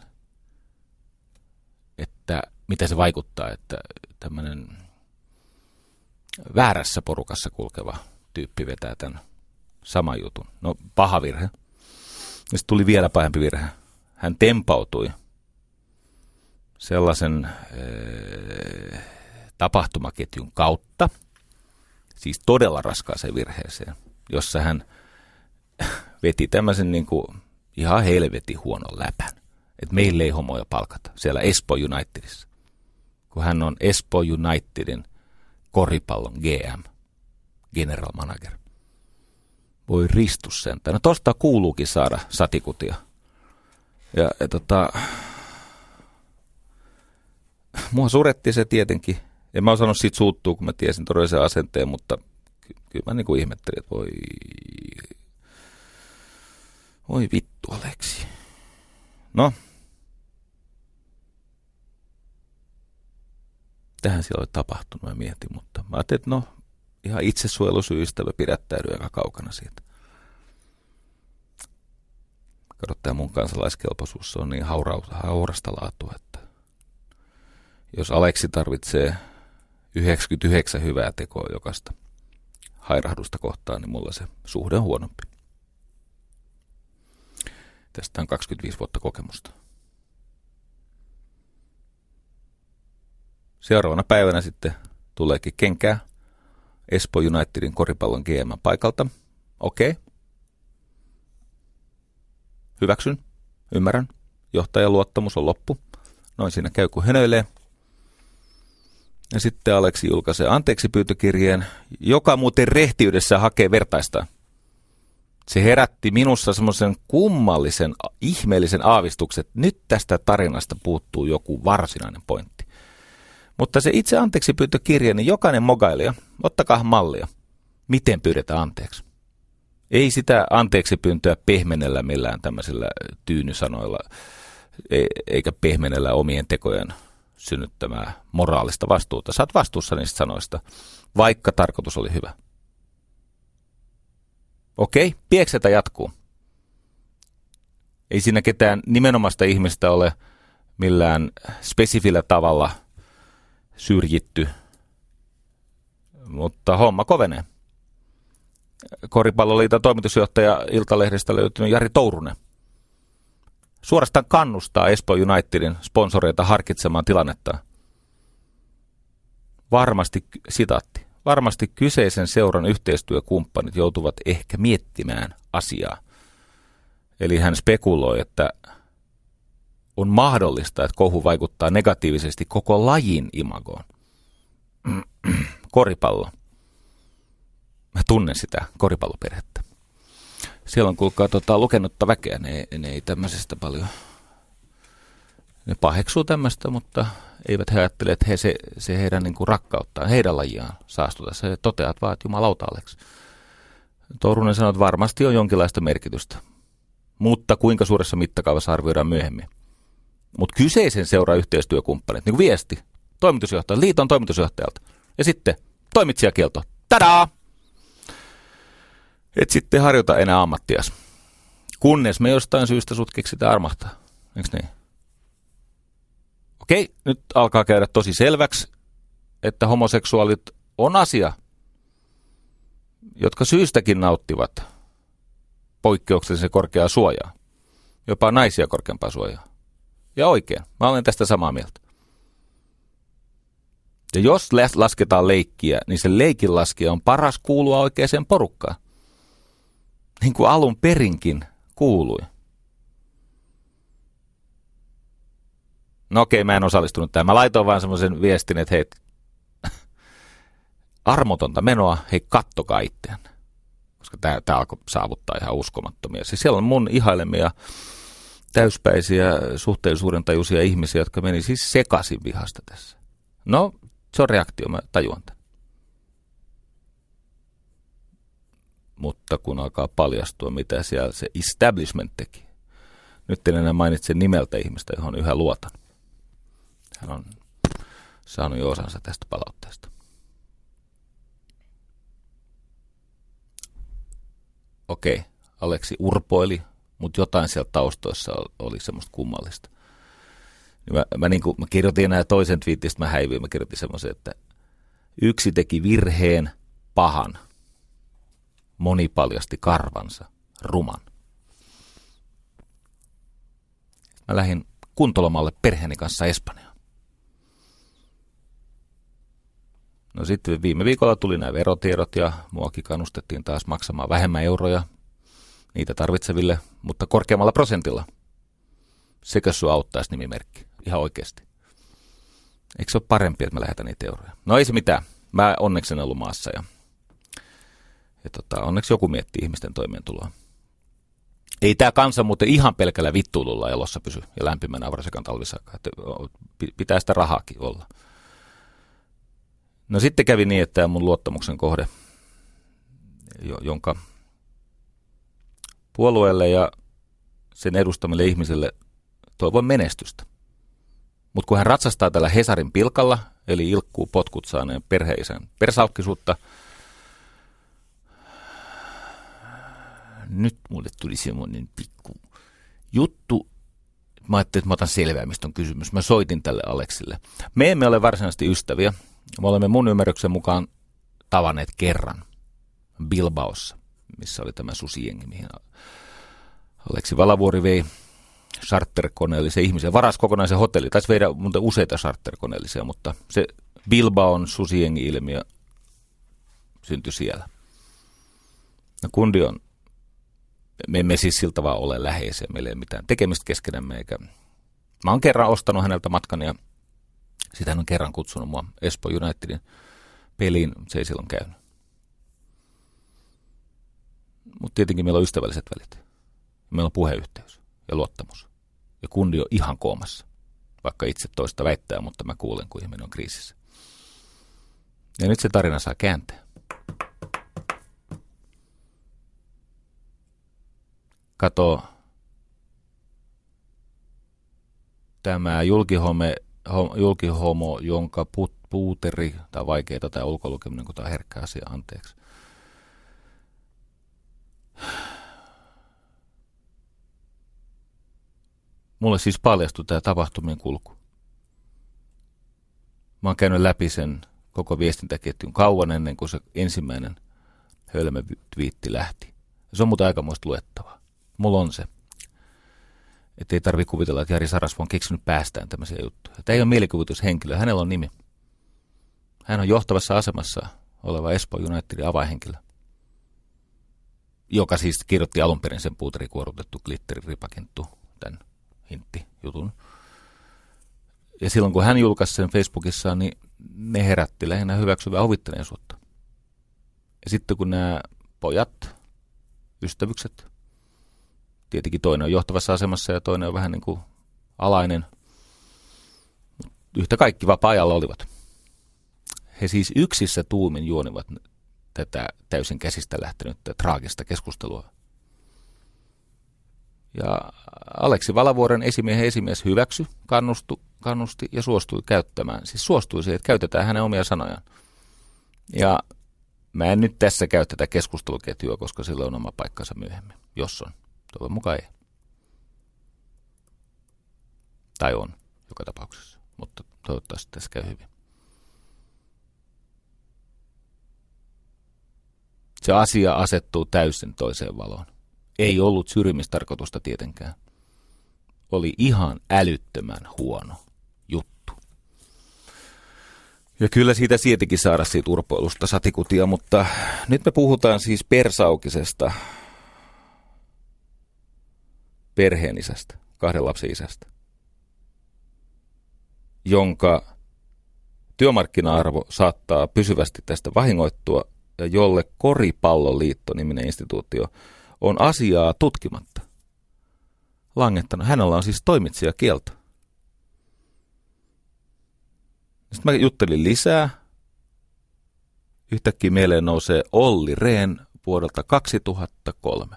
B: että mitä se vaikuttaa, että tämmöinen väärässä porukassa kulkeva tyyppi vetää tämän saman jutun. No paha virhe. Ja sitten tuli vielä pahempi virhe. Hän tempautui sellaisen ee, tapahtumaketjun kautta, siis todella raskaaseen virheeseen, jossa hän veti tämmöisen niin kuin ihan helvetin huonon läpän. Että meille ei homoja palkata siellä Espoo Unitedissa, kun hän on Espoo Unitedin koripallon G M, general manager. Voi ristus sentään. No tosta kuuluukin saada satikutia. Ja, ja tota, mua suretti se tietenkin. En mä osannut siitä suuttua, kun mä tiesin todellisen asenteen, mutta ky- kyllä mä niin kuin ihmettelin, että voi, voi vittu Aleksi. No, tähän siellä oli tapahtunut, mä mietin, mutta mä ajattelin, että no, ihan itsesuojelusyistä mä pidättäydyin aika kaukana siitä. Kato, tämä mun kansalaiskelpoisuus on niin haura, haurasta laatua, että jos Aleksi tarvitsee yhdeksänkymmentäyhdeksän hyvää tekoa jokaista hairahdusta kohtaan, niin mulla se suhde on huonompi. Tästä on kaksikymmentäviisi vuotta kokemusta. Seuraavana päivänä sitten tuleekin kenkää Espoo Unitedin koripallon G M paikalta. Okei. Okay. Hyväksyn. Ymmärrän. Johtajan luottamus on loppu. Noin siinä käy, kun hönöilee. Ja sitten Aleksi julkaisee anteeksi pyytökirjeen, joka muuten rehtiydessä hakee vertaistaan. Se herätti minussa semmoisen kummallisen, ihmeellisen aavistuksen, että nyt tästä tarinasta puuttuu joku varsinainen pointti. Mutta se itse anteeksi pyytökirje, niin jokainen mogailija, ottakaa mallia, miten pyydetään anteeksi. Ei sitä anteeksi pyyntöä pehmenellä millään tämmöisillä tyynysanoilla, eikä pehmenellä omien tekojen synnyttämää moraalista vastuuta. Sä oot vastuussa niistä sanoista, vaikka tarkoitus oli hyvä. Okei, pieksetä jatkuu. Ei siinä ketään nimenomaista ihmistä ole millään spesifillä tavalla syrjitty, mutta homma kovenee. Koripalloliiton toimitusjohtaja Iltalehdestä löytynyt Jari Tourunen suorastaan kannustaa Espoo Unitedin sponsoreita harkitsemaan tilannetta. Varmasti, sitaatti, varmasti kyseisen seuran yhteistyökumppanit joutuvat ehkä miettimään asiaa. Eli hän spekuloi, että on mahdollista, että kohu vaikuttaa negatiivisesti koko lajin imagoon. Koripallo. Mä tunnen sitä koripalloperhettä. Siellä on kuulkaa tota, lukenutta väkeä, ne, ne ei tämmöisestä paljon, ne paheksuu tämmöistä, mutta eivät he ajattele, että he, se, se heidän niin kuin rakkauttaan, heidän lajiaan saastuta. Se toteat vaan, että jumalauta Aleksi. Tourunen sanoi, että varmasti on jonkinlaista merkitystä, mutta kuinka suuressa mittakaavassa arvioidaan myöhemmin. Mutta kyseisen seuraa yhteistyökumppanit, niin kuin viesti, toimitusjohtaja, liiton toimitusjohtajalta, ja sitten toimitsijakielto, tadaa! Et sitten harjoita enää ammattias. Kunnes me jostain syystä sut keksitään armahtaa. Eikö niin? Okei, nyt alkaa käydä tosi selväksi, että homoseksuaalit on asia, jotka syystäkin nauttivat poikkeuksellisen korkeaa suojaa. Jopa naisia korkeampaa suojaa. Ja oikein, mä olen tästä samaa mieltä. Ja jos lasketaan leikkiä, niin se leikin laskija on paras kuulua oikeaan porukkaan. Niin kuin alun perinkin kuului. No okei, mä en osallistunut tähän. Mä laitoin vaan semmoisen viestin, että hei, armotonta menoa, hei kattokaa itseään. Koska tää, tää alkoi saavuttaa ihan uskomattomia. Siis siellä on mun ihailemia täyspäisiä suhteellisuuden tajuisia ihmisiä, jotka meni siis sekaisin vihasta tässä. No, se on reaktio, mä tajuan tämän. Mutta kun alkaa paljastua, mitä siellä se establishment teki. Nyt en enää mainitse nimeltä ihmistä, johon yhä luotan. Hän on saanut jo osansa tästä palautteesta. Okei, Aleksi urpoili, mutta jotain siellä taustoissa oli semmoista kummallista. Mä, mä, niin kuin, mä kirjoitin enää toisen twiitistä, mä häivyin, mä kirjoitin semmoisen, että yksi teki virheen, pahan. Moni paljasti karvansa, ruman. Mä lähdin kuntolomalle perheeni kanssa Espanjaan. No sitten viime viikolla tuli nämä verotiedot ja muakin kannustettiin taas maksamaan vähemmän euroja niitä tarvitseville, mutta korkeammalla prosentilla. Sekö sua auttaisi nimimerkki? Ihan oikeasti. Eikö se ole parempi, että mä lähetän niitä euroja? No ei se mitään. Mä onneksi en ollut maassa ja Ja tota, onneksi joku miettii ihmisten toimeentuloa. Ei tämä kansa muuten ihan pelkällä vittuilulla elossa pysy ja lämpimänä varsinkaan talvisaikaan. Pitää sitä rahaakin olla. No sitten kävi niin, että tämä mun luottamuksen kohde, jonka puolueelle ja sen edustamille ihmisille toivon menestystä. Mutta kun hän ratsastaa tällä Hesarin pilkalla, eli ilkkuu potkut saaneen perheisen persalkkisuutta, nyt mulle tuli semmoinen pikku juttu. Mä ajattelin, että mä otan selvää, mistä on kysymys. Mä soitin tälle Aleksille. Me emme ole varsinaisesti ystäviä. Me olemme mun ymmärryksen mukaan tavanneet kerran Bilbaossa, missä oli tämä susijengi, mihin Aleksi Valavuori vei charterkoneellisen ihmisen. Varas kokonaisen hotelli. Taisi veidä muuten useita charterkoneellisia, mutta se Bilbaon susijengi-ilmiö syntyi siellä. No kundi on, me emme siis siltä vaan ole läheisiä, meillä ei ole mitään tekemistä keskenämme, eikä mä oon kerran ostanut häneltä matkan ja sitä hän on kerran kutsunut mua Espoo Unitedin peliin, se ei silloin käynyt. Mutta tietenkin meillä on ystävälliset välit. Meillä on puheyhteys ja luottamus. Ja kundi on ihan koomassa, vaikka itse toista väittää, mutta mä kuulen, kun ihminen on kriisissä. Ja nyt se tarina saa kääntää. Kato, tämä julkihome, julkihomo, jonka put, puuteri, tai on vaikeaa tämä ulkolukeminen, kun tämä on herkkä asia, anteeksi. Mulle siis paljastui tämä tapahtumien kulku. Mä oon käynyt läpi sen koko viestintäketjun kauan ennen kuin se ensimmäinen hölmötviitti lähti. Se on muuten aikamoista luettavaa. Mulla on se. Että ei tarvitse kuvitella, että Jari Sarasvuo on keksinyt päästään tämmöisiä juttuja. Tämä ei ole mielikuvitushenkilö, hänellä on nimi. Hän on johtavassa asemassa oleva Espoo Unitedin avainhenkilö, joka siis kirjoitti alun perin sen puuterikuorutettu glitteriripakinttu, tämän hintti-jutun. Ja silloin kun hän julkaisi sen Facebookissaan, niin ne herätti lähinnä hyväksyvää huvitteleisuutta. Ja sitten kun nämä pojat, ystävykset, tietenkin toinen on johtavassa asemassa ja toinen on vähän niin kuin alainen, yhtä kaikki vapaa-ajalla olivat. He siis yksissä tuumin juonivat tätä täysin käsistä lähtenyttä traagista keskustelua. Ja Aleksi Valavuoren esimiehen esimies hyväksy, kannustu, kannusti ja suostui käyttämään. Siis suostui siihen, että käytetään hänen omia sanojaan. Ja mä en nyt tässä käy tätä keskusteluketjua, koska sillä on oma paikkansa myöhemmin, jos on. Toivon mukaan ei. Tai on, joka tapauksessa. Mutta toivottavasti tässä käy hyvin. Se asia asettuu täysin toiseen valoon. Ei ollut syrjimistarkoitusta tietenkään. Oli ihan älyttömän huono juttu. Ja kyllä siitä sietikin saada siitä urpoilusta satikutia, mutta nyt me puhutaan siis persaukisesta perheenisästä, kahden lapsen isästä, jonka työmarkkina-arvo saattaa pysyvästi tästä vahingoittua ja jolle Koripalloliitto-niminen instituutio on asiaa tutkimatta langettanut. Hänellä on siis toimitsijakielto. Sitten mä juttelin lisää. Yhtäkkiä mieleen nousee Olli Rehn vuodelta kaksituhattakolme.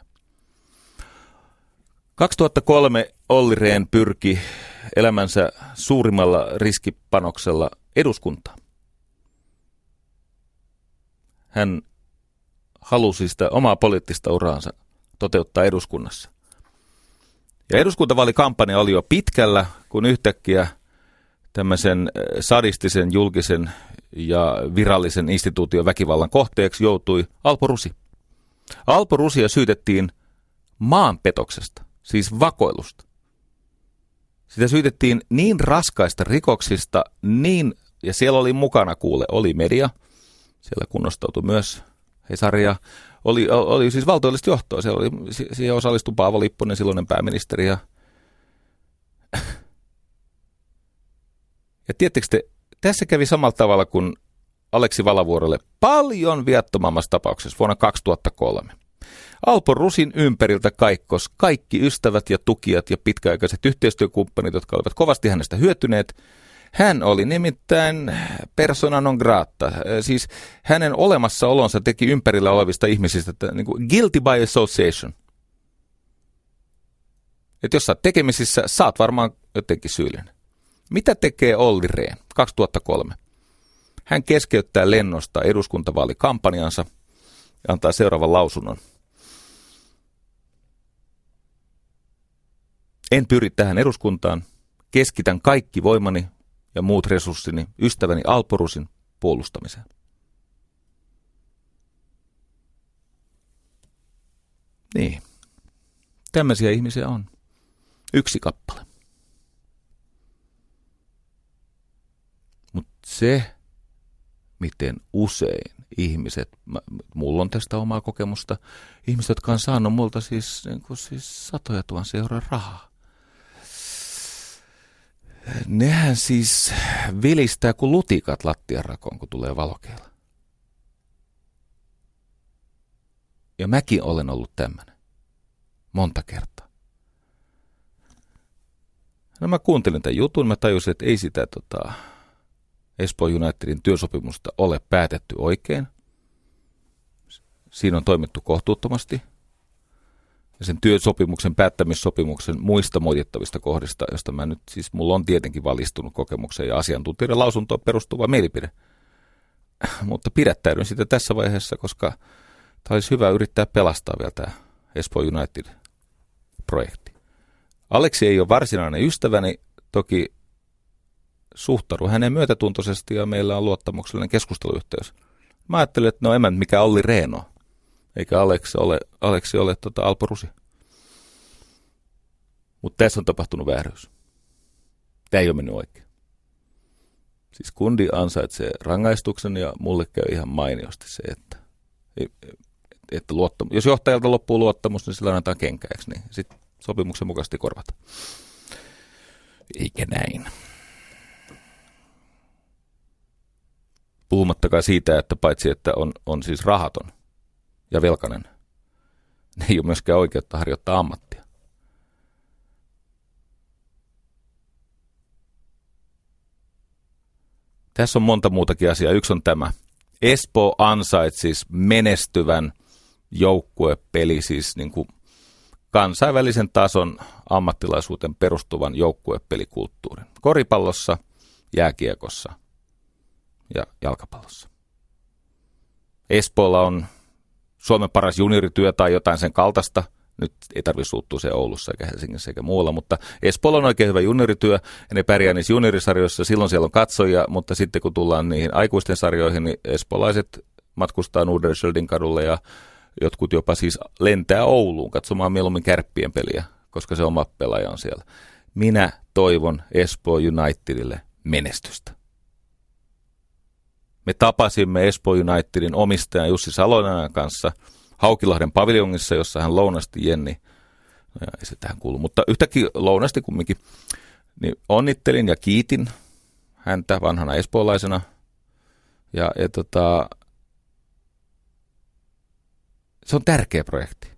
B: kaksituhattakolme Olli Rehn pyrki elämänsä suurimmalla riskipanoksella eduskuntaan. Hän halusi sitä omaa poliittista uraansa toteuttaa eduskunnassa. Ja eduskuntavaalikampanja oli jo pitkällä, kun yhtäkkiä tämmöisen sadistisen, julkisen ja virallisen instituution väkivallan kohteeksi joutui Alpo Rusi. Alpo Rusia syytettiin maanpetoksesta, siis vakoilusta. Sitä syytettiin niin raskaista rikoksista, niin, ja siellä oli mukana kuule, oli media, siellä kunnostautui myös Hesaria, oli, oli siis valtiollista johtoa, siellä oli, siihen osallistui Paavo Lipponen, silloinen pääministeri. Ja, ja tiedättekö te, tässä kävi samalla tavalla kuin Aleksi Valavuorelle paljon viattomammassa tapauksessa vuonna kaksituhattakolme. Alpo Rusin ympäriltä kaikkos kaikki ystävät ja tukijat ja pitkäaikaiset yhteistyökumppanit, jotka olivat kovasti hänestä hyötyneet. Hän oli nimittäin persona non grata, siis hänen olemassaolonsa teki ympärillä olevista ihmisistä niin kuin guilty by association. Että jos sä oot tekemisissä, sä oot varmaan jotenkin syyllinen. Mitä tekee Olli Rehn kaksituhattakolme? Hän keskeyttää lennosta eduskuntavaalikampanjansa ja antaa seuraavan lausunnon. En pyri tähän eduskuntaan, keskitän kaikki voimani ja muut resurssini ystäväni Alpo Rusin puolustamiseen. Niin, tämmöisiä ihmisiä on. Yksi kappale. Mutta se, miten usein ihmiset, mulla on tästä omaa kokemusta, ihmiset, jotka on saanut multa siis, niin kuin siis satoja tuhansia euroa rahaa. Nehän siis vilistää kuin lutikat lattianrakoon, kun tulee valokeila. Ja mäkin olen ollut tämmöinen. Monta kertaa. No mä kuuntelin tämän jutun, mä tajusin, että ei sitä tota, Espoo Unitedin työsopimusta ole päätetty oikein. Siinä on toimittu kohtuuttomasti. ja sen työsopimuksen, päättämissopimuksen muista moitittavista kohdista, josta mä nyt siis, mulla on tietenkin valistunut kokemuksen ja asiantuntijoiden lausuntoon perustuva mielipide. Mutta pidättäydyn sitä tässä vaiheessa, koska tämä olisi hyvä yrittää pelastaa vielä tämä Espoo United-projekti. Aleksi ei ole varsinainen ystäväni, toki suhtaudun hänen myötätuntoisesti ja meillä on luottamuksellinen keskusteluyhteys. Mä ajattelin, että no en mä mikä Olli Rehno, eikä Aleksi ole, Aleksi ole tota Alpo Rusi. Mutta tässä on tapahtunut vääryys. Tämä ei ole mennyt oikein. Siis kundi ansaitsee rangaistuksen ja mulle käy ihan mainiosti se, että, että luottamus, jos johtajalta loppuu luottamus, niin sillä annetaan kenkäiksi, niin sitten sopimuksen mukaisesti korvata. Eikä näin. Puhumattakaan siitä, että paitsi että on, on siis rahaton ja velkainen, ne ei ole myöskään oikeutta harjoittaa ammattia. Tässä on monta muutakin asiaa. Yksi on tämä. Espoo ansaitsisi menestyvän joukkuepeli, siis niin kuin kansainvälisen tason ammattilaisuuteen perustuvan joukkuepelikulttuurin. Koripallossa, jääkiekossa ja jalkapallossa. Espoolla on Suomen paras juniorityö tai jotain sen kaltaista. Nyt ei tarvitse suuttua se Oulussa eikä Helsingissä eikä muualla, mutta Espoolla on oikein hyvä juniorityö ja ne pärjää niissä juniorisarjoissa. Silloin siellä on katsojia, mutta sitten kun tullaan niihin aikuisten sarjoihin, niin espoolaiset matkustaa Norderskjöldin kadulle ja jotkut jopa siis lentää Ouluun katsomaan mieluummin Kärppien peliä, koska se oma pelaaja on siellä. Minä toivon Espoo Unitedille menestystä. Me tapasimme Espoo Unitedin omistajan Jussi Salonen kanssa Haukilahden paviljongissa, jossa hän lounasti Jenni, no ja ei se tähän kuulu, mutta yhtäkkiä lounasti kumminkin, niin onnittelin ja kiitin häntä vanhana espoolaisena. Ja, ja tota, se on tärkeä projekti.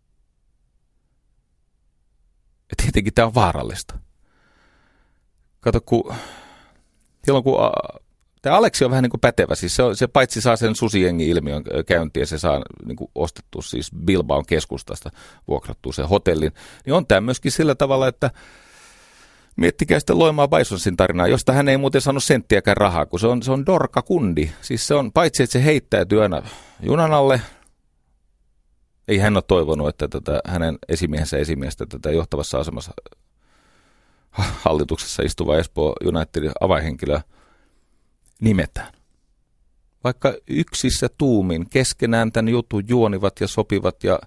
B: Ja tietenkin tämä on vaarallista. Kato, kun silloin kun tämä Aleksi on vähän niin kuin pätevä, siis se, on, se paitsi saa sen susijengi-ilmiön käyntiin ja se saa niin kuin ostettua siis Bilbaon keskustasta vuokrattua sen hotellin, niin on tämä myöskin sillä tavalla, että miettikää sitten Loimaa Bisonsin tarinaa, josta hän ei muuten saanut senttiäkään rahaa, kun se on, se on dorkakundi. Siis se on, paitsi että se heittäytyy aina junan alle, ei hän ole toivonut, että tätä, hänen esimiehensä esimiestä tätä johtavassa asemassa hallituksessa istuva Espoo Unitedin avainhenkilöä nimetään. Vaikka yksissä tuumin keskenään tämän jutun juonivat ja sopivat ja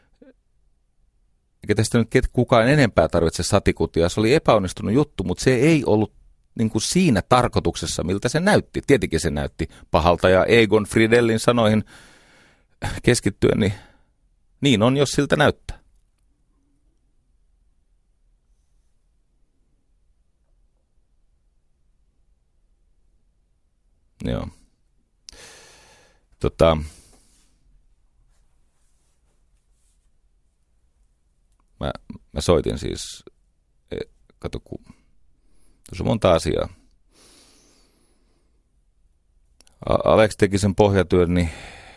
B: eikä tästä nyt kukaan enempää tarvitse satikutia. Se oli epäonnistunut juttu, mutta se ei ollut niin kuin siinä tarkoituksessa, miltä se näytti. Tietenkin se näytti pahalta ja Egon Fridellin sanoihin keskittyen, niin niin on, jos siltä näyttää. Joo. Tota, mä, mä soitin siis, kato kun, tuossa on monta asiaa. Aleksi teki sen pohjatyön, niin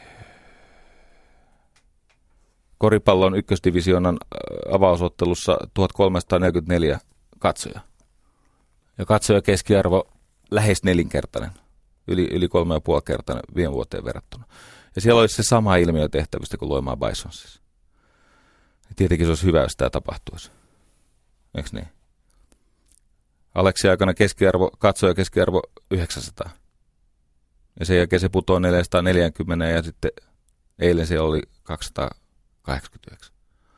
B: koripallon ykkösdivisioonan avausottelussa tuhatkolmesataaneljäkymmentäneljä katsoja. Ja katsoja keskiarvo lähes nelinkertainen. Yli, yli kolme ja puoli kertainen viime vuoteen verrattuna. Ja siellä olisi se sama ilmiö tehtävistä kuin Loimaa Bisonsissa. Tietenkin se olisi hyvä, jos tämä tapahtuisi. Eikö niin? Aleksi aikana keskiarvo, katsoja keskiarvo yhdeksänsataa. Ja sen jälkeen se putoaa neljäsataaneljäkymmentä ja sitten eilen se oli kaksisataakahdeksankymmentäyhdeksän.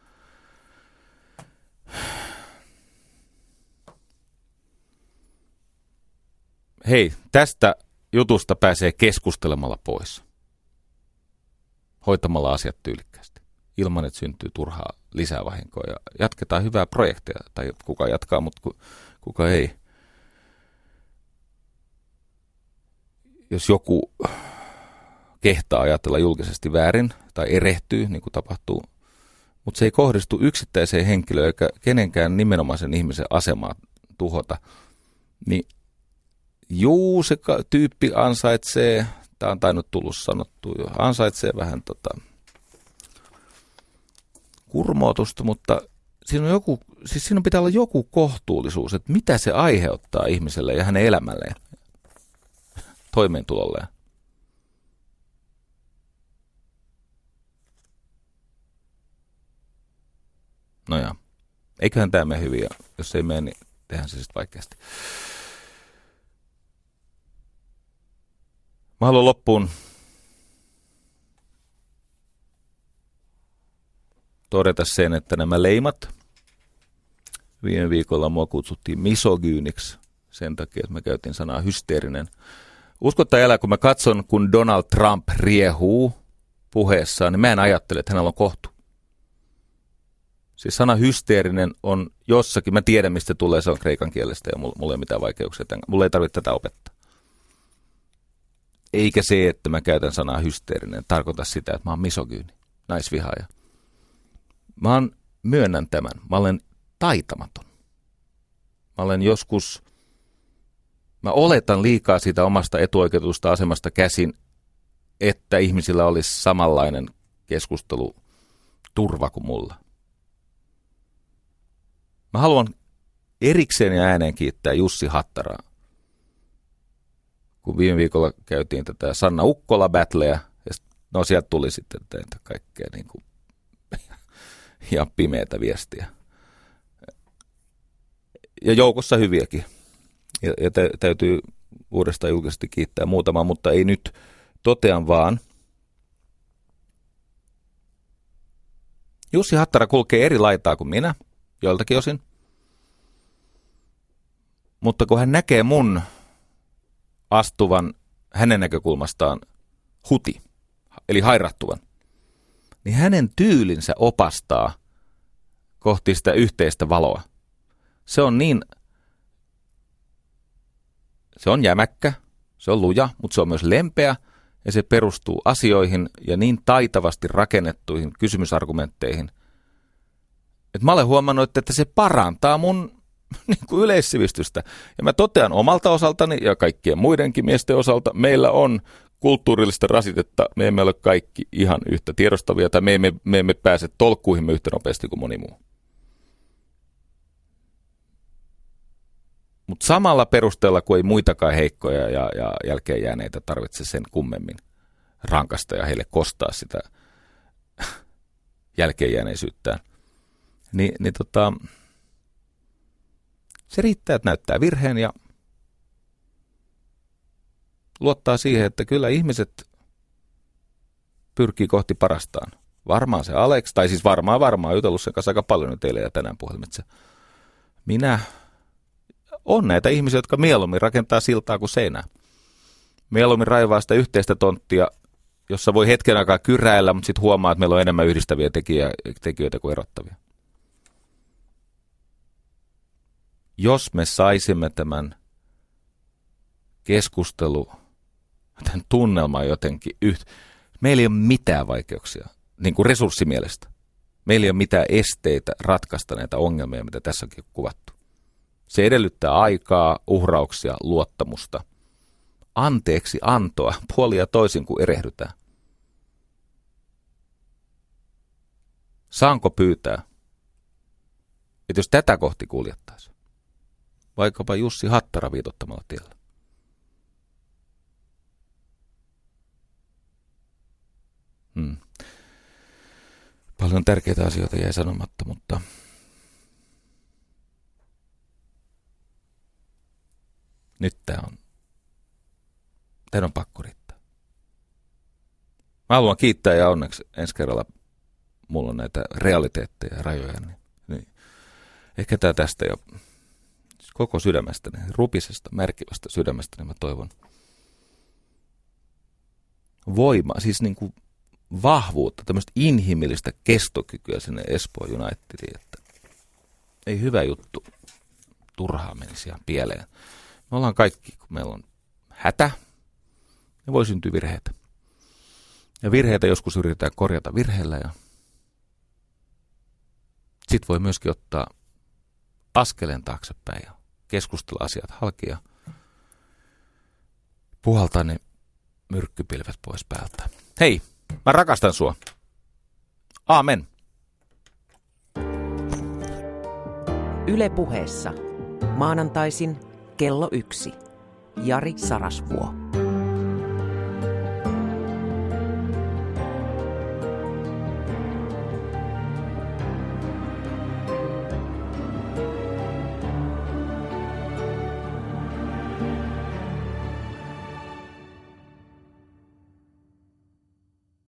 B: Hei, tästä jutusta pääsee keskustelemalla pois. Hoitamalla asiat tyylikkäästi. Ilman, että syntyy turhaa lisää vahinkoa. Ja jatketaan hyvää projektia. Tai kuka jatkaa, mutta kuka ei. Jos joku kehtaa ajatella julkisesti väärin tai erehtyy, niin kuin tapahtuu, mutta se ei kohdistu yksittäiseen henkilöön eikä kenenkään nimenomaisen ihmisen asemaa tuhota, niin juu, se tyyppi ansaitsee, tämä on tainnut tullut sanottua jo, ansaitsee vähän tota, kurmootusta, mutta siinä, on joku, siis siinä pitää olla joku kohtuullisuus, että mitä se aiheuttaa ihmiselle ja hänen elämälleen, toimeentulolleen. No joo, eiköhän tämä mene hyvin, ja jos ei mene, niin tehdään se sitten vaikeasti. Mä haluan loppuun todeta sen, että nämä leimat, viime viikolla mua kutsuttiin misogyyniksi sen takia, että mä käytin sanaa hysteerinen. Usko tai älä, kun mä katson, kun Donald Trump riehuu puheessaan, niin mä en ajattele, että hänellä on kohtu. Siis sana hysteerinen on jossakin, mä tiedän mistä tulee, se on kreikan kielestä ja mulla ei ole mitään vaikeuksia, mulla ei tarvitse tätä opettaa. Eikä se, että mä käytän sanaa hysteerinen, tarkoita sitä, että mä oon misogyyni, naisvihaaja. Mä oon, myönnän tämän, mä olen taitamaton. Mä olen joskus, mä oletan liikaa siitä omasta etuoikeutusta asemasta käsin, että ihmisillä olisi samanlainen keskustelu turva kuin mulla. Mä haluan erikseen ja ääneen kiittää Jussi Hattaraa. Kun viime viikolla käytiin tätä Sanna Ukkola-battleä, ja no sieltä tuli sitten teitä kaikkea niin kuin ihan pimeätä viestiä. Ja joukossa hyviäkin. Ja, ja tä, täytyy uudestaan julkisesti kiittää muutamaa, mutta ei nyt. Totean vaan. Jussi Hattara kulkee eri laitaa kuin minä, joiltakin osin. Mutta kun hän näkee mun astuvan hänen näkökulmastaan huti, eli hairahtuvan, niin hänen tyylinsä opastaa kohti sitä yhteistä valoa. Se on niin, se on jämäkkä, se on luja, mutta se on myös lempeä ja se perustuu asioihin ja niin taitavasti rakennettuihin kysymysargumentteihin, että mä olen huomannut, että se parantaa mun niin kuin yleissivistystä. Ja mä totean omalta osaltani ja kaikkien muidenkin miesten osalta, meillä on kulttuurillista rasitetta, me emme ole kaikki ihan yhtä tiedostavia, tai me emme, me emme pääse tolkkuihimme yhtä nopeasti kuin moni muu. Mutta samalla perusteella, kun ei muitakaan heikkoja ja, ja jälkeen jääneitä tarvitse sen kummemmin rankasta ja heille kostaa sitä jälkeenjääneisyyttään, niin, niin tota, se riittää, että näyttää virheen ja luottaa siihen, että kyllä ihmiset pyrkii kohti parastaan. Varmaan se Alex, tai siis varmaan varmaan jutellut sen kanssa aika paljon nyt eilen ja tänään puhelimitse. Minä on näitä ihmisiä, jotka mieluummin rakentaa siltaa kuin seinää. Mieluummin raivaa sitä yhteistä tonttia, jossa voi hetken aikaa kyräillä, mutta sitten huomaa, että meillä on enemmän yhdistäviä tekijä, tekijöitä kuin erottavia. Jos me saisimme tämän keskustelu, tämän tunnelman jotenkin yhtä, meillä ei ole mitään vaikeuksia, niin kuin resurssimielestä. Meillä ei ole mitään esteitä ratkaista näitä ongelmia, mitä tässä onkin kuvattu. Se edellyttää aikaa, uhrauksia, luottamusta, anteeksi antoa, puolia toisin kuin erehdytään. Saanko pyytää, että jos tätä kohti kuljettaisiin, vaikkapa Jussi Hattara viitottamalla tiellä? Hmm. Paljon tärkeitä asioita jäi sanomatta, mutta nyt tämä on, teidän on pakko riittää. Mä haluan kiittää ja onneksi ensi kerralla mulla on näitä realiteetteja ja rajoja, niin, niin ehkä tämä tästä jo koko sydämestäni, rupisesta, märkivästä sydämestäni mä toivon voimaa, siis niin kuin vahvuutta, tämmöistä inhimillistä kestokykyä sinne Espoon Unitediin, että ei hyvä juttu turhaa menisi ihan pieleen. Me ollaan kaikki, kun meillä on hätä, ja voi syntyä virheitä. Ja virheitä joskus yritetään korjata virheellä, ja sitten voi myöskin ottaa askeleen taaksepäin ja keskustella asiat halki ja puhaltaa ne myrkkypilvet pois päältä. Hei, mä rakastan sua. Aamen.
A: Yle Puheessa. Maanantaisin kello yksi. Jari Sarasvuo.